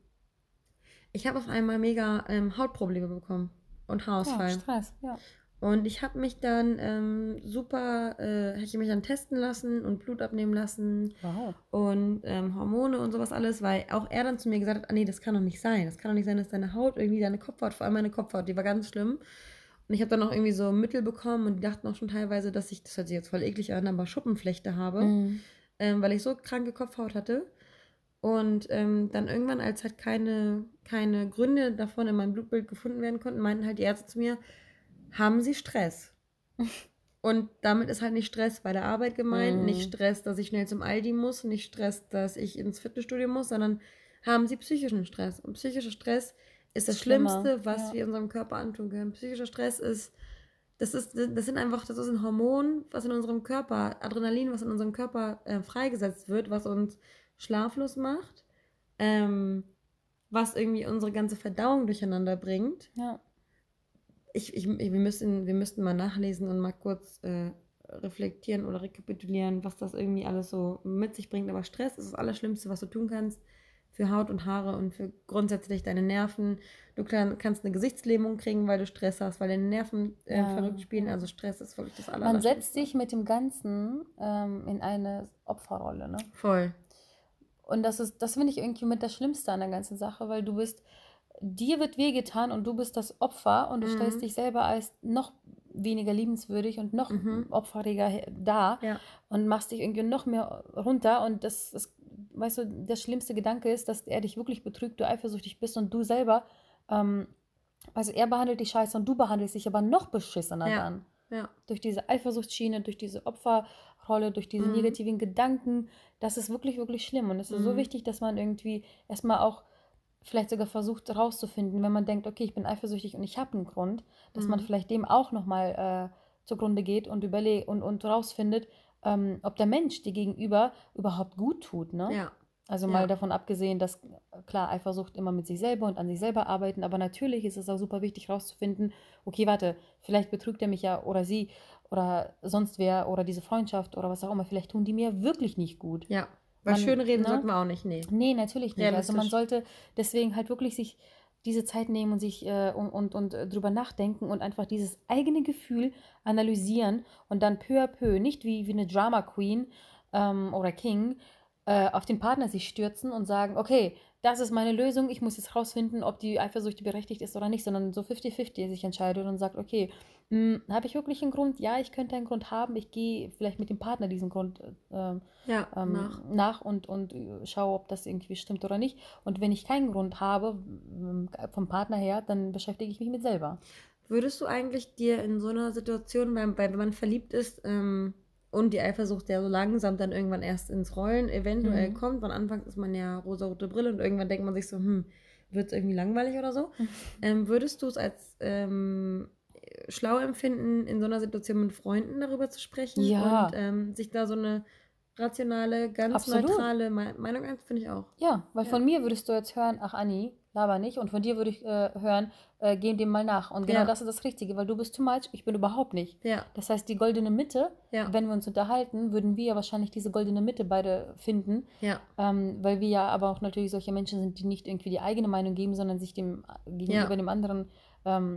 S2: ich habe auf einmal mega ähm, Hautprobleme bekommen und Haarausfall. Ja, Stress, ja. Und ich habe mich dann ähm, super, äh, habe ich mich dann testen lassen und Blut abnehmen lassen. Wow. Und ähm, Hormone und sowas alles, weil auch er dann zu mir gesagt hat, ah nee, das kann doch nicht sein. Das kann doch nicht sein, dass deine Haut irgendwie, deine Kopfhaut, vor allem meine Kopfhaut, die war ganz schlimm. Und ich habe dann auch irgendwie so Mittel bekommen und die dachten auch schon teilweise, dass ich, das hört sich jetzt voll eklig an, aber Schuppenflechte habe, mhm. ähm, weil ich so kranke Kopfhaut hatte. Und ähm, dann irgendwann, als halt keine, keine Gründe davon in meinem Blutbild gefunden werden konnten, meinten halt die Ärzte zu mir, haben Sie Stress? Und damit ist halt nicht Stress bei der Arbeit gemeint, mm. nicht Stress, dass ich schnell zum Aldi muss, nicht Stress, dass ich ins Fitnessstudio muss, sondern haben Sie psychischen Stress. Und psychischer Stress ist das Schlimmer. Schlimmste, was ja. wir unserem Körper antun können. Psychischer Stress ist, das ist, das sind einfach, das ist ein Hormon, was in unserem Körper, Adrenalin, was in unserem Körper äh, freigesetzt wird, was uns schlaflos macht, ähm, was irgendwie unsere ganze Verdauung durcheinander bringt. Ja. Ich, ich, wir, müssen, wir müssten mal nachlesen und mal kurz äh, reflektieren oder rekapitulieren, was das irgendwie alles so mit sich bringt. Aber Stress ist das Allerschlimmste, was du tun kannst für Haut und Haare und für grundsätzlich deine Nerven. Du kann, kannst eine Gesichtslähmung kriegen, weil du Stress hast, weil deine Nerven äh, ja. verrückt spielen. Also Stress ist wirklich das Allerschlimmste.
S1: Man setzt sich mit dem Ganzen ähm, in eine Opferrolle. Ne?
S2: Voll.
S1: Und das ist, das finde ich irgendwie mit das Schlimmste an der ganzen Sache, weil du bist, dir wird wehgetan und du bist das Opfer und du mhm. stellst dich selber als noch weniger liebenswürdig und noch mhm. opferiger dar ja. und machst dich irgendwie noch mehr runter und das ist, weißt du, der schlimmste Gedanke ist, dass er dich wirklich betrügt, du eifersüchtig bist und du selber, ähm, also er behandelt dich scheiße und du behandelst dich aber noch beschissener ja. dann. Ja. Durch diese Eifersuchtsschiene, durch diese Opferrolle, durch diese mhm. negativen Gedanken, das ist wirklich, wirklich schlimm und es ist mhm. so wichtig, dass man irgendwie erstmal auch vielleicht sogar versucht herauszufinden, wenn man denkt, okay, ich bin eifersüchtig und ich habe einen Grund, dass mhm. man vielleicht dem auch nochmal äh, zugrunde geht und überlegt und, und rausfindet, ähm, ob der Mensch dir gegenüber überhaupt gut tut, ne? Ja. Also mal ja. davon abgesehen, dass, klar, Eifersucht immer mit sich selber und an sich selber arbeiten, aber natürlich ist es auch super wichtig rauszufinden, okay, warte, vielleicht betrügt er mich ja oder sie oder sonst wer oder diese Freundschaft oder was auch immer, vielleicht tun die mir wirklich nicht gut.
S2: Ja. Weil man, schön reden ne? sollten wir auch nicht, nee.
S1: Nee, natürlich nicht. Also man sollte deswegen halt wirklich sich diese Zeit nehmen und sich äh, und, und, und drüber nachdenken und einfach dieses eigene Gefühl analysieren und dann peu à peu, nicht wie, wie eine Drama Queen ähm, oder King, äh, auf den Partner sich stürzen und sagen, okay, das ist meine Lösung, ich muss jetzt rausfinden, ob die Eifersucht berechtigt ist oder nicht, sondern so fünfzig fünfzig sich entscheidet und sagt, okay, habe ich wirklich einen Grund? Ja, ich könnte einen Grund haben, ich gehe vielleicht mit dem Partner diesen Grund äh, ja, ähm, nach, nach und, und schaue, ob das irgendwie stimmt oder nicht. Und wenn ich keinen Grund habe, vom Partner her, dann beschäftige ich mich mit selber.
S2: Würdest du eigentlich dir in so einer Situation, weil, weil wenn man verliebt ist, ähm, und die Eifersucht ja so langsam dann irgendwann erst ins Rollen eventuell mhm. kommt. Von Anfang ist man ja rosarote Brille und irgendwann denkt man sich so, hm, wird es irgendwie langweilig oder so. Mhm. Ähm, würdest du es als ähm, schlau empfinden, in so einer Situation mit Freunden darüber zu sprechen? Ja. Und ähm, sich da so eine rationale, ganz Absolut. neutrale Me- Meinung ein? Finde ich auch.
S1: Ja, weil ja. von mir würdest du jetzt hören, ach Anni, laber nicht. Und von dir würde ich äh, hören, äh, geh dem mal nach. Und genau ja. das ist das Richtige, weil du bist too much, ich bin überhaupt nicht. Ja. Das heißt, die goldene Mitte, ja. wenn wir uns unterhalten, würden wir ja wahrscheinlich diese goldene Mitte beide finden. Ja. Ähm, weil wir ja aber auch natürlich solche Menschen sind, die nicht irgendwie die eigene Meinung geben, sondern sich dem gegenüber ja. dem anderen ähm,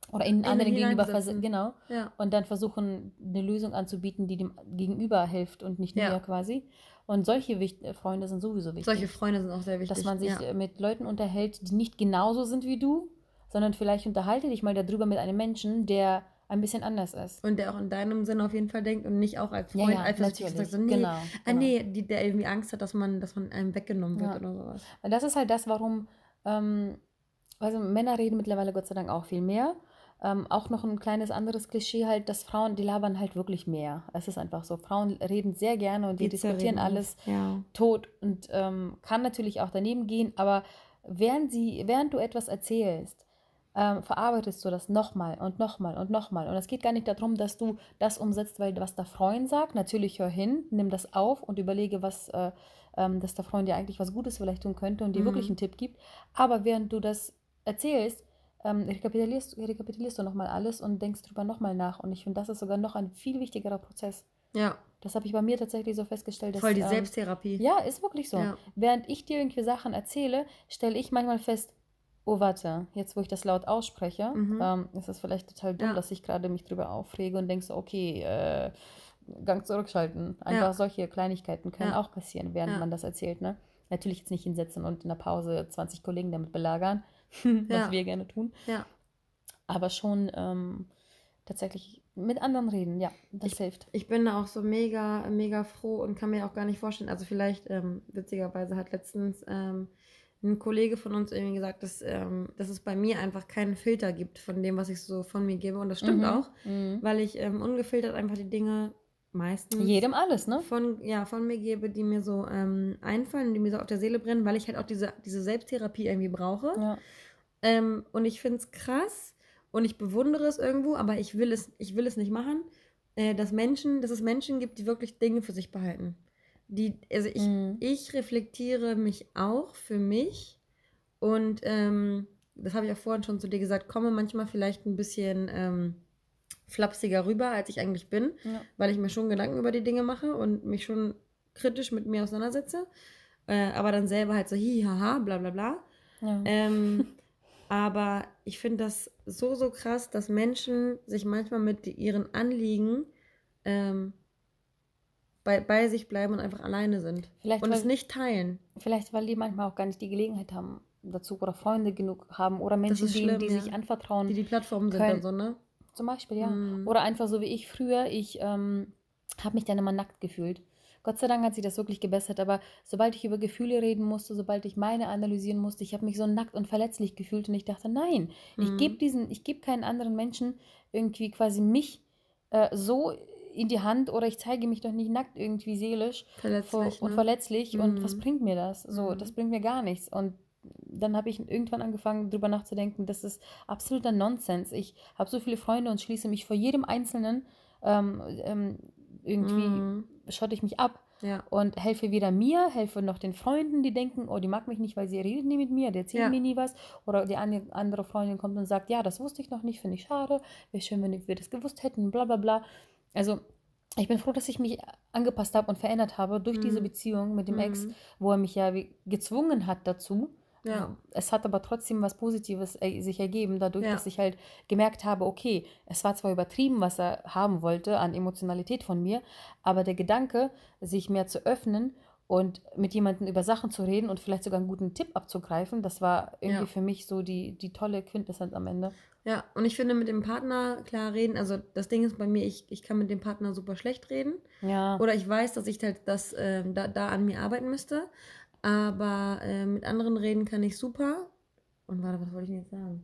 S1: oder ihnen anderen gegenüber
S2: hineinversetzen.
S1: genau
S2: Ja.
S1: und dann versuchen, eine Lösung anzubieten, die dem Gegenüber hilft und nicht
S2: Ja.
S1: mir quasi. Und solche Wicht Freunde sind sowieso wichtig.
S2: Solche Freunde sind auch sehr wichtig.
S1: Dass man sich
S2: ja.
S1: äh, mit Leuten unterhält, die nicht genauso sind wie du, sondern vielleicht unterhalte dich mal darüber mit einem Menschen, der ein bisschen anders ist.
S2: Und der auch in deinem Sinne auf jeden Fall denkt und nicht auch als Freund
S1: Ja, ja,
S2: eifersüchtig
S1: natürlich.
S2: sagt, so, nee,
S1: Genau,
S2: ah,
S1: genau.
S2: nee, die, der irgendwie Angst hat, dass man, dass man einem weggenommen wird
S1: Ja.
S2: oder sowas.
S1: Weil das ist halt das, warum, ähm, also Männer reden mittlerweile Gott sei Dank auch viel mehr. Ähm, auch noch ein kleines anderes Klischee halt, dass Frauen, die labern halt wirklich mehr. Es ist einfach so. Frauen reden sehr gerne und die,
S2: Die
S1: diskutieren
S2: zerreden
S1: alles
S2: Ja.
S1: tot und ähm, kann natürlich auch daneben gehen, aber während, sie, während du etwas erzählst, ähm, verarbeitest du das nochmal und nochmal und nochmal. Und es geht gar nicht darum, dass du das umsetzt, weil was der Freund sagt. Natürlich hör hin, nimm das auf und überlege, was äh, ähm, dass der Freund dir eigentlich was Gutes vielleicht tun könnte und dir
S2: Mhm.
S1: wirklich einen Tipp gibt. Aber während du das erzählst, ähm, rekapitulierst, rekapitulierst du nochmal alles und denkst drüber nochmal nach. Und ich finde, das ist sogar noch ein viel wichtigerer Prozess.
S2: Ja.
S1: Das habe ich bei mir tatsächlich so festgestellt. Dass,
S2: Voll die
S1: ähm,
S2: Selbsttherapie.
S1: Ja, ist wirklich so.
S2: Ja.
S1: Während ich dir irgendwie Sachen erzähle, stelle ich manchmal fest, oh warte, jetzt wo ich das laut ausspreche,
S2: Mhm.
S1: ähm, ist es vielleicht total dumm,
S2: Ja.
S1: dass ich gerade mich drüber aufrege und denke so, okay, äh, Gang zurückschalten. Einfach
S2: Ja.
S1: solche Kleinigkeiten können
S2: Ja.
S1: auch passieren, während
S2: Ja.
S1: man das erzählt. Ne? Natürlich jetzt nicht hinsetzen und in der Pause zwanzig Kollegen damit belagern, was
S2: Ja.
S1: wir gerne tun.
S2: Ja.
S1: Aber schon ähm, tatsächlich mit anderen reden, ja, das
S2: Ich-
S1: hilft.
S2: Ich bin da auch so mega, mega froh und kann mir auch gar nicht vorstellen, also vielleicht, ähm, witzigerweise hat letztens ähm, ein Kollege von uns irgendwie gesagt, dass, ähm, dass es bei mir einfach keinen Filter gibt von dem, was ich so von mir gebe. Und das stimmt
S1: Mhm.
S2: auch,
S1: Mhm.
S2: weil ich ähm, ungefiltert einfach die Dinge meistens
S1: Jedem alles, ne?
S2: von, ja, von mir gebe, die mir so ähm, einfallen, die mir so auf der Seele brennen, weil ich halt auch diese, diese Selbsttherapie irgendwie brauche.
S1: Ja.
S2: Ähm, und ich finde es krass und ich bewundere es irgendwo, aber ich will es, ich will es nicht machen, äh, dass Menschen, dass es Menschen gibt, die wirklich Dinge für sich behalten. Die, also ich,
S1: Mhm.
S2: ich reflektiere mich auch für mich und ähm, das habe ich auch vorhin schon zu dir gesagt, komme manchmal vielleicht ein bisschen ähm, flapsiger rüber, als ich eigentlich bin,
S1: Ja.
S2: weil ich mir schon Gedanken über die Dinge mache und mich schon kritisch mit mir auseinandersetze, äh, aber dann selber halt so hi, haha, bla bla bla.
S1: Ja.
S2: Ähm, aber ich finde das so, so krass, dass Menschen sich manchmal mit ihren Anliegen ähm, bei, bei sich bleiben und einfach alleine sind.
S1: Vielleicht,
S2: Und
S1: weil,
S2: es nicht teilen.
S1: vielleicht, weil die manchmal auch gar nicht die Gelegenheit haben dazu oder Freunde genug haben oder Menschen,
S2: ist
S1: denen,
S2: schlimm,
S1: die
S2: ja.
S1: sich anvertrauen.
S2: Die die Plattformen sind
S1: können-
S2: dann so, ne?
S1: Zum Beispiel, ja.
S2: Mhm.
S1: Oder einfach so wie ich früher. Ich ähm, habe mich dann immer nackt gefühlt. Gott sei Dank hat sich das wirklich gebessert, aber sobald ich über Gefühle reden musste, sobald ich meine analysieren musste, ich habe mich so nackt und verletzlich gefühlt und ich dachte, nein, ich
S2: Mhm.
S1: gebe diesen, ich gebe keinen anderen Menschen irgendwie quasi mich äh, so in die Hand oder ich zeige mich doch nicht nackt irgendwie seelisch
S2: Verletzlich,
S1: vor, und
S2: ne?
S1: verletzlich und
S2: Mhm.
S1: was bringt mir das? So,
S2: Mhm.
S1: das bringt mir gar nichts. Und dann habe ich irgendwann angefangen, drüber nachzudenken, das ist absoluter Nonsens. Ich habe so viele Freunde und schließe mich vor jedem Einzelnen ähm, ähm, irgendwie
S2: Mhm.
S1: schotte ich mich ab
S2: Ja.
S1: und helfe weder mir, helfe noch den Freunden, die denken, oh, die mag mich nicht, weil sie redet nie mit mir, die erzählt
S2: Ja.
S1: mir nie was. Oder die eine, andere Freundin kommt und sagt, ja, das wusste ich noch nicht, finde ich schade, wäre schön, wenn wir das gewusst hätten, bla bla bla. Also ich bin froh, dass ich mich angepasst habe und verändert habe durch
S2: Mhm.
S1: diese Beziehung mit dem Ex,
S2: Mhm.
S1: wo er mich ja wie gezwungen hat dazu.
S2: Ja.
S1: Es hat aber trotzdem was Positives äh, sich ergeben, dadurch,
S2: Ja.
S1: dass ich halt gemerkt habe, okay, es war zwar übertrieben, was er haben wollte an Emotionalität von mir, aber der Gedanke, sich mehr zu öffnen und mit jemandem über Sachen zu reden und vielleicht sogar einen guten Tipp abzugreifen, das war irgendwie
S2: Ja.
S1: für mich so die, die tolle Quintessenz am Ende.
S2: Ja, und ich finde mit dem Partner klar reden, also das Ding ist bei mir, ich, ich kann mit dem Partner super schlecht reden.
S1: Ja,
S2: Oder ich weiß, dass ich halt das, ähm, da, da an mir arbeiten müsste. Aber äh, mit anderen reden kann ich super. Und warte, was wollte ich denn jetzt sagen?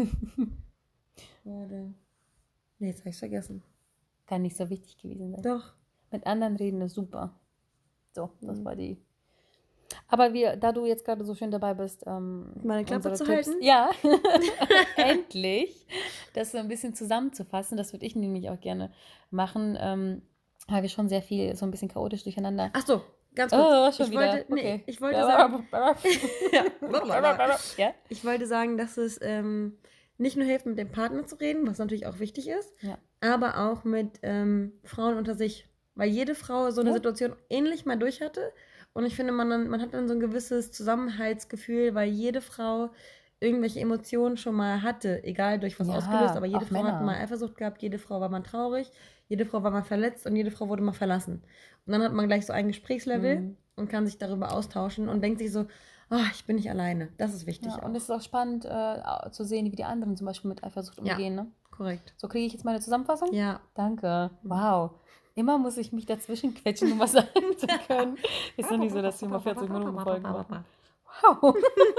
S2: Warte. Nee, jetzt habe ich es vergessen.
S1: kann nicht so wichtig gewesen sein.
S2: Doch.
S1: Mit anderen reden ist super. So, das
S2: Mhm.
S1: war die. Aber wir, da du jetzt gerade so schön dabei bist, ähm,
S2: Meine Klappe
S1: unsere
S2: zu
S1: Tipps,
S2: halten?
S1: ja, endlich, das so ein bisschen zusammenzufassen, das würde ich nämlich auch gerne machen, ähm, weil wir schon sehr viel, so ein bisschen chaotisch durcheinander.
S2: Ach so, ganz kurz.
S1: Oh, schon
S2: ich
S1: wieder.
S2: wollte, nee,
S1: Okay.
S2: ich wollte sagen,
S1: ja. ja.
S2: ich wollte sagen, dass es ähm, nicht nur hilft, mit dem Partner zu reden, was natürlich auch wichtig ist,
S1: Ja.
S2: aber auch mit ähm, Frauen unter sich. Weil jede Frau so eine
S1: Ja.
S2: Situation ähnlich mal durch hatte. Und ich finde, man, dann, man hat dann so ein gewisses Zusammenhaltsgefühl, weil jede Frau irgendwelche Emotionen schon mal hatte, egal durch was
S1: Ja,
S2: ausgelöst, aber jede
S1: auch
S2: Frau hat
S1: Männer.
S2: mal Eifersucht gehabt, jede Frau war mal traurig, jede Frau war mal verletzt und jede Frau wurde mal verlassen. Und dann hat man gleich so ein Gesprächslevel
S1: Mhm.
S2: und kann sich darüber austauschen und denkt sich so, oh, ich bin nicht alleine. Das ist wichtig
S1: Ja,
S2: auch.
S1: und es ist auch spannend äh, zu sehen, wie die anderen zum Beispiel mit Eifersucht
S2: Ja.
S1: umgehen. Ne?
S2: Korrekt.
S1: So kriege ich jetzt meine Zusammenfassung?
S2: Ja.
S1: Danke. Wow. Immer muss ich mich dazwischen quetschen, um was sagen zu können. Ist noch nicht so, dass wir mal vierzig Minuten Folgen machen. Wow.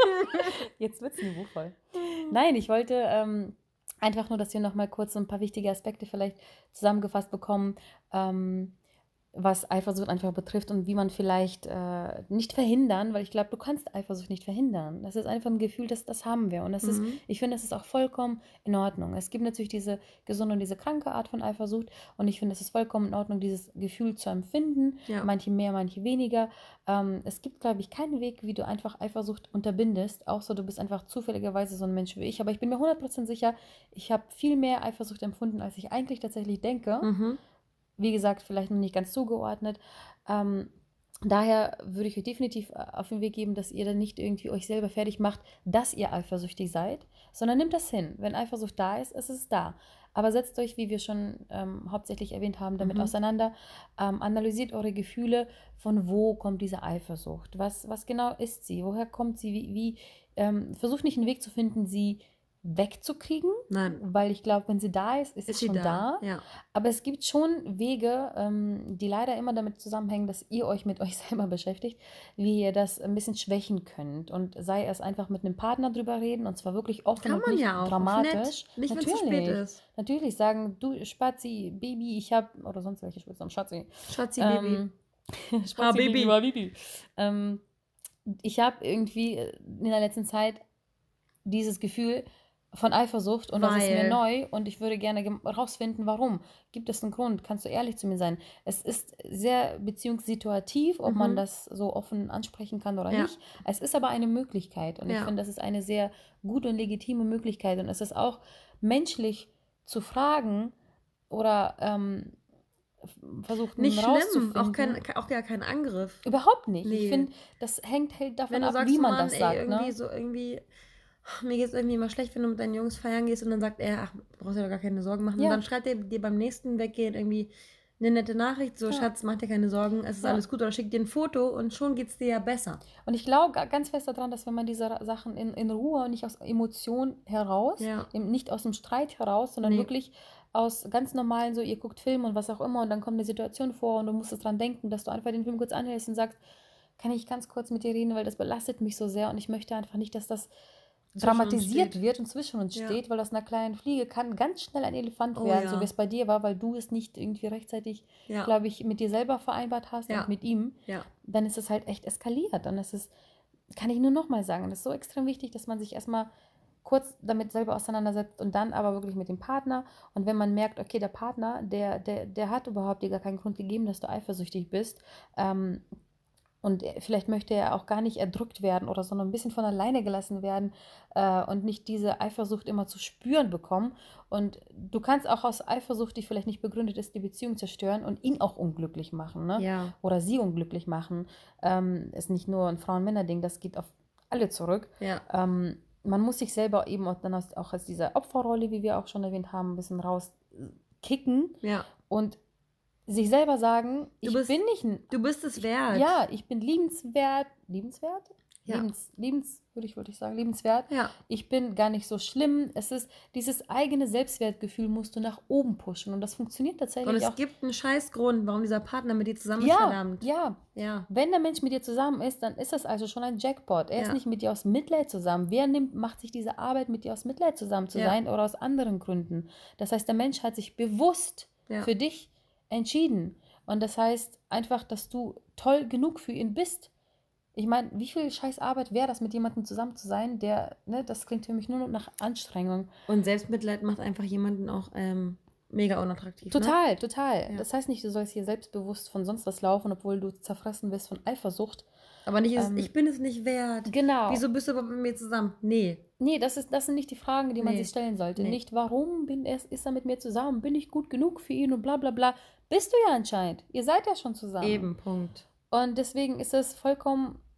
S1: Jetzt wird es niveauvoll. Nein, ich wollte ähm, einfach nur, dass wir noch mal kurz ein paar wichtige Aspekte vielleicht zusammengefasst bekommen, ähm, was Eifersucht einfach betrifft und wie man vielleicht äh, nicht verhindern, weil ich glaube, du kannst Eifersucht nicht verhindern. Das ist einfach ein Gefühl, das, das haben wir. Und das ist,
S2: Mhm.
S1: ich finde, das ist auch vollkommen in Ordnung. Es gibt natürlich diese gesunde und diese kranke Art von Eifersucht. Und ich finde, es ist vollkommen in Ordnung, dieses Gefühl zu empfinden.
S2: Ja.
S1: Manche mehr, manche weniger. Ähm, es gibt, glaube ich, keinen Weg, wie du einfach Eifersucht unterbindest. Außer du bist einfach zufälligerweise so ein Mensch wie ich. Aber ich bin mir hundert Prozent sicher, ich habe viel mehr Eifersucht empfunden, als ich eigentlich tatsächlich denke.
S2: Mhm.
S1: Wie gesagt, vielleicht noch nicht ganz zugeordnet. Ähm, daher würde ich euch definitiv auf den Weg geben, dass ihr dann nicht irgendwie euch selber fertig macht, dass ihr eifersüchtig seid, sondern nehmt das hin. Wenn Eifersucht da ist, ist es da. Aber setzt euch, wie wir schon ähm, hauptsächlich erwähnt haben, damit
S2: Mhm.
S1: auseinander. Ähm, analysiert eure Gefühle, von wo kommt diese Eifersucht? Was, was genau ist sie? Woher kommt sie? Wie, wie ähm, versucht nicht einen Weg zu finden, sie wegzukriegen,
S2: Nein.
S1: weil ich glaube, wenn sie da ist, ist,
S2: Ist
S1: sie
S2: sie
S1: schon da.
S2: da? Ja.
S1: Aber es gibt schon Wege, ähm, die leider immer damit zusammenhängen, dass ihr euch mit euch selber beschäftigt, wie ihr das ein bisschen schwächen könnt. Und sei es einfach mit einem Partner drüber reden, und zwar wirklich offen
S2: Kann
S1: und
S2: man
S1: nicht
S2: ja auch. Auf
S1: dramatisch.
S2: nett. Nicht, wenn es zu spät
S1: Natürlich.
S2: ist.
S1: Natürlich sagen, du Spazi, Baby, ich hab, oder sonst welche Spitznamen, Schatzi.
S2: Schatzi, Baby.
S1: Ähm,
S2: Ah,
S1: Spazi,
S2: Baby.
S1: Baby, war Baby. Ähm, ich habe irgendwie in der letzten Zeit dieses Gefühl von Eifersucht und das ist mir
S2: Weil.
S1: neu und ich würde gerne gem- rausfinden, warum. Gibt es einen Grund? Kannst du ehrlich zu mir sein? Es ist sehr beziehungssituativ, ob man
S2: Mhm.
S1: das so offen ansprechen kann oder
S2: Ja.
S1: nicht. Es ist aber eine Möglichkeit und ich
S2: Ja.
S1: finde, das ist eine sehr gute und legitime Möglichkeit und es ist auch menschlich zu fragen oder ähm, f- versuchen
S2: Nicht schlimm.
S1: rauszufinden.
S2: Auch, kein, auch ja kein Angriff.
S1: Überhaupt nicht.
S2: Nee.
S1: Ich finde, das hängt halt davon
S2: Wenn du
S1: ab,
S2: sagst,
S1: wie
S2: so,
S1: man
S2: Mann,
S1: das
S2: ey,
S1: sagt.
S2: irgendwie
S1: Ne?
S2: so, irgendwie, mir geht es irgendwie immer schlecht, wenn du mit deinen Jungs feiern gehst und dann sagt er, ach, brauchst dir doch gar keine Sorgen machen.
S1: Ja.
S2: Und dann schreibt er dir beim nächsten Weggehen irgendwie eine nette Nachricht, so,
S1: Ja.
S2: Schatz, mach dir keine Sorgen, es ist
S1: Ja.
S2: alles gut. Oder schickt dir ein Foto und schon geht es dir ja besser.
S1: Und ich glaube ganz fest daran, dass wenn man diese Ra- Sachen in, in Ruhe und nicht aus Emotion heraus,
S2: Ja.
S1: eben nicht aus dem Streit heraus, sondern
S2: Nee.
S1: wirklich aus ganz normalen, so ihr guckt Film und was auch immer und dann kommt eine Situation vor und du musst dran denken, dass du einfach den Film kurz anhältst und sagst, kann ich ganz kurz mit dir reden, weil das belastet mich so sehr und ich möchte einfach nicht, dass das
S2: Zwischen uns
S1: dramatisiert
S2: steht.
S1: wird und zwischen uns
S2: Ja.
S1: steht, weil aus einer kleinen Fliege kann ganz schnell ein Elefant
S2: Oh
S1: werden,
S2: ja.
S1: so wie es bei dir war, weil du es nicht irgendwie rechtzeitig,
S2: Ja.
S1: glaube ich, mit dir selber vereinbart hast
S2: Ja.
S1: und mit ihm.
S2: Ja.
S1: Dann ist es halt echt eskaliert. Dann ist es, kann ich nur nochmal sagen, das ist so extrem wichtig, dass man sich erstmal kurz damit selber auseinandersetzt und dann aber wirklich mit dem Partner. Und wenn man merkt, okay, der Partner, der, der, der hat überhaupt dir gar keinen Grund gegeben, dass du eifersüchtig bist, ähm, und er- vielleicht möchte er auch gar nicht erdrückt werden oder sondern ein bisschen von alleine gelassen werden äh, und nicht diese Eifersucht immer zu spüren bekommen. Und du kannst auch aus Eifersucht, die vielleicht nicht begründet ist, die Beziehung zerstören und ihn auch unglücklich machen, ne?
S2: Ja.
S1: Oder sie unglücklich machen. Ähm, ist nicht nur ein Frauen-Männer-Ding, das geht auf alle zurück.
S2: Ja.
S1: Ähm, man muss sich selber eben auch dann aus, auch aus dieser Opferrolle, wie wir auch schon erwähnt haben, ein bisschen rauskicken
S2: Ja.
S1: und sich selber sagen,
S2: Du
S1: ich
S2: bist-
S1: bin nicht ein
S2: Du bist es wert.
S1: ja, ich bin liebenswert. Liebenswert?
S2: Ja.
S1: Lebens, lebens, würde ich, würde ich sagen, liebenswert.
S2: Ja.
S1: Ich bin gar nicht so schlimm. Es ist dieses eigene Selbstwertgefühl musst du nach oben pushen und das funktioniert tatsächlich
S2: Und es
S1: auch.
S2: gibt einen scheiß Grund, warum dieser Partner mit dir zusammen ist,
S1: Ja,
S2: verdammt.
S1: ja.
S2: Ja.
S1: Wenn der Mensch mit dir zusammen ist, dann ist das also schon ein Jackpot. Er ist
S2: Ja.
S1: nicht mit dir aus Mitleid zusammen. Wer nimmt, macht sich diese Arbeit, mit dir aus Mitleid zusammen zu
S2: Ja.
S1: sein oder aus anderen Gründen? Das heißt, der Mensch hat sich bewusst
S2: Ja.
S1: für dich entschieden. Und das heißt einfach, dass du toll genug für ihn bist. Ich meine, wie viel scheiß Arbeit wäre das, mit jemandem zusammen zu sein, der, ne, das klingt für mich nur noch nach Anstrengung.
S2: Und Selbstmitleid macht einfach jemanden auch ähm, mega unattraktiv. Ne?
S1: Total, total.
S2: Ja.
S1: Das heißt nicht, du sollst hier selbstbewusst von sonst was laufen, obwohl du zerfressen bist von Eifersucht.
S2: Aber nicht, ist,
S1: Ähm,
S2: ich bin es nicht wert.
S1: Genau.
S2: Wieso bist du aber mit mir zusammen? Nee.
S1: Nee, das, ist, das sind nicht die Fragen, die man
S2: Nee.
S1: sich stellen sollte.
S2: Nee.
S1: Nicht, warum bin er, ist er mit mir zusammen? Bin ich gut genug für ihn und bla bla bla. Bist du ja anscheinend. Ihr seid ja schon zusammen.
S2: Eben, Punkt.
S1: Und deswegen ist es vollkommen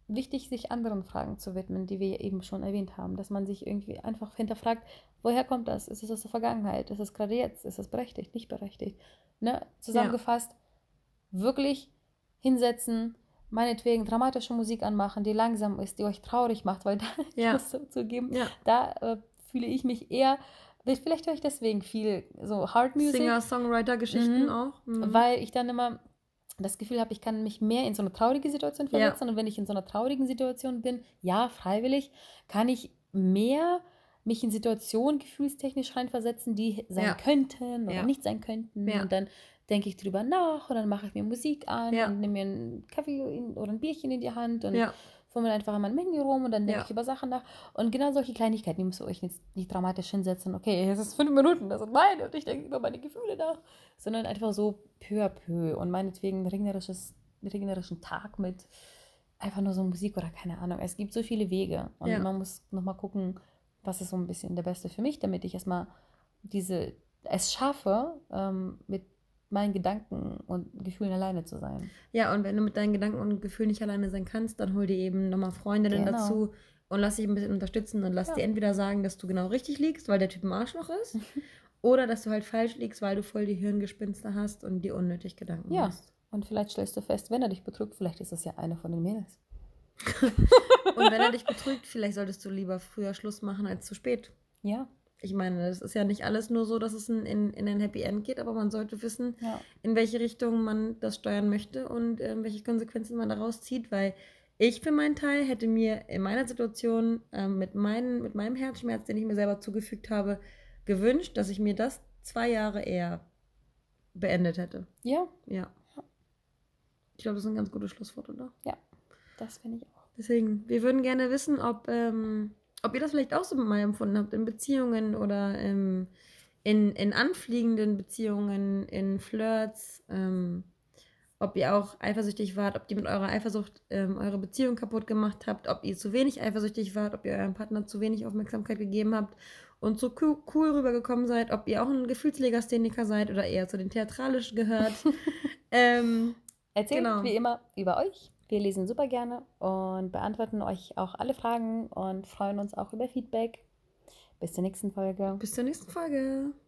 S1: wichtig, sich anderen Fragen zu widmen, die wir eben schon erwähnt haben. Dass man sich irgendwie einfach hinterfragt, woher kommt das? Ist es aus der Vergangenheit? Ist es gerade jetzt? Ist es berechtigt? Nicht berechtigt? Ne? Zusammengefasst, ja. Wirklich hinsetzen, meinetwegen dramatische Musik anmachen, die langsam ist, die euch traurig macht, weil da, ja. ich muss zugeben, ja. da äh, fühle ich mich eher, vielleicht höre ich deswegen viel so Hard Music.
S2: Singer-Songwriter-Geschichten mhm. auch.
S1: Mhm. Weil ich dann immer das Gefühl habe, ich kann mich mehr in so eine traurige Situation versetzen. Ja. Und wenn ich in so einer traurigen Situation bin, ja, freiwillig, kann ich mehr mich in Situationen gefühlstechnisch reinversetzen, die sein ja. könnten oder ja. nicht sein könnten. Ja. Und dann denke ich drüber nach und dann mache ich mir Musik an ja. und nehme mir einen Kaffee in, oder ein Bierchen in die Hand und ja. fummel einfach an meinem Handy rum und dann denke ja. ich über Sachen nach. Und genau solche Kleinigkeiten, die müsst ihr euch jetzt nicht dramatisch hinsetzen. Okay, es ist fünf Minuten, das sind meine und ich denke über meine Gefühle nach. Sondern einfach so peu à peu und meinetwegen ein regnerisches, regnerischen Tag mit einfach nur so Musik oder keine Ahnung. Es gibt so viele Wege und ja. man muss nochmal gucken, was ist so ein bisschen der Beste für mich, damit ich erstmal diese, es schaffe, ähm, mit meinen Gedanken und Gefühlen alleine zu sein.
S2: Ja, und wenn du mit deinen Gedanken und Gefühlen nicht alleine sein kannst, dann hol dir eben nochmal Freundinnen genau. dazu und lass dich ein bisschen unterstützen und lass ja. dir entweder sagen, dass du genau richtig liegst, weil der Typ ein Arschloch ist, oder dass du halt falsch liegst, weil du voll die Hirngespinste hast und dir unnötig Gedanken
S1: ja.
S2: hast.
S1: Und vielleicht stellst du fest, wenn er dich betrügt, vielleicht ist das ja eine von den Mädels.
S2: Und wenn er dich betrügt, vielleicht solltest du lieber früher Schluss machen als zu spät.
S1: Ja.
S2: Ich meine, das ist ja nicht alles nur so, dass es in, in, in ein Happy End geht, aber man sollte wissen, ja. in welche Richtung man das steuern möchte und äh, welche Konsequenzen man daraus zieht, weil ich für meinen Teil hätte mir in meiner Situation äh, mit, mein, mit meinem Herzschmerz, den ich mir selber zugefügt habe, gewünscht, dass ich mir das zwei Jahre eher beendet hätte.
S1: Ja.
S2: Ja. Ich glaube, das ist ein ganz gutes Schlusswort, oder?
S1: Ja, das finde ich auch.
S2: Deswegen, wir würden gerne wissen, ob... Ähm, Ob ihr das vielleicht auch so mit mal empfunden habt, in Beziehungen oder ähm, in, in anfliegenden Beziehungen, in Flirts, ähm, ob ihr auch eifersüchtig wart, ob ihr mit eurer Eifersucht ähm, eure Beziehung kaputt gemacht habt, ob ihr zu wenig eifersüchtig wart, ob ihr eurem Partner zu wenig Aufmerksamkeit gegeben habt und so cool, cool rübergekommen seid, ob ihr auch ein Gefühlslegastheniker seid oder eher zu den Theatralischen gehört. ähm,
S1: Erzählt genau. wie immer über euch. Wir lesen super gerne und beantworten euch auch alle Fragen und freuen uns auch über Feedback. Bis zur nächsten Folge.
S2: Bis zur nächsten Folge.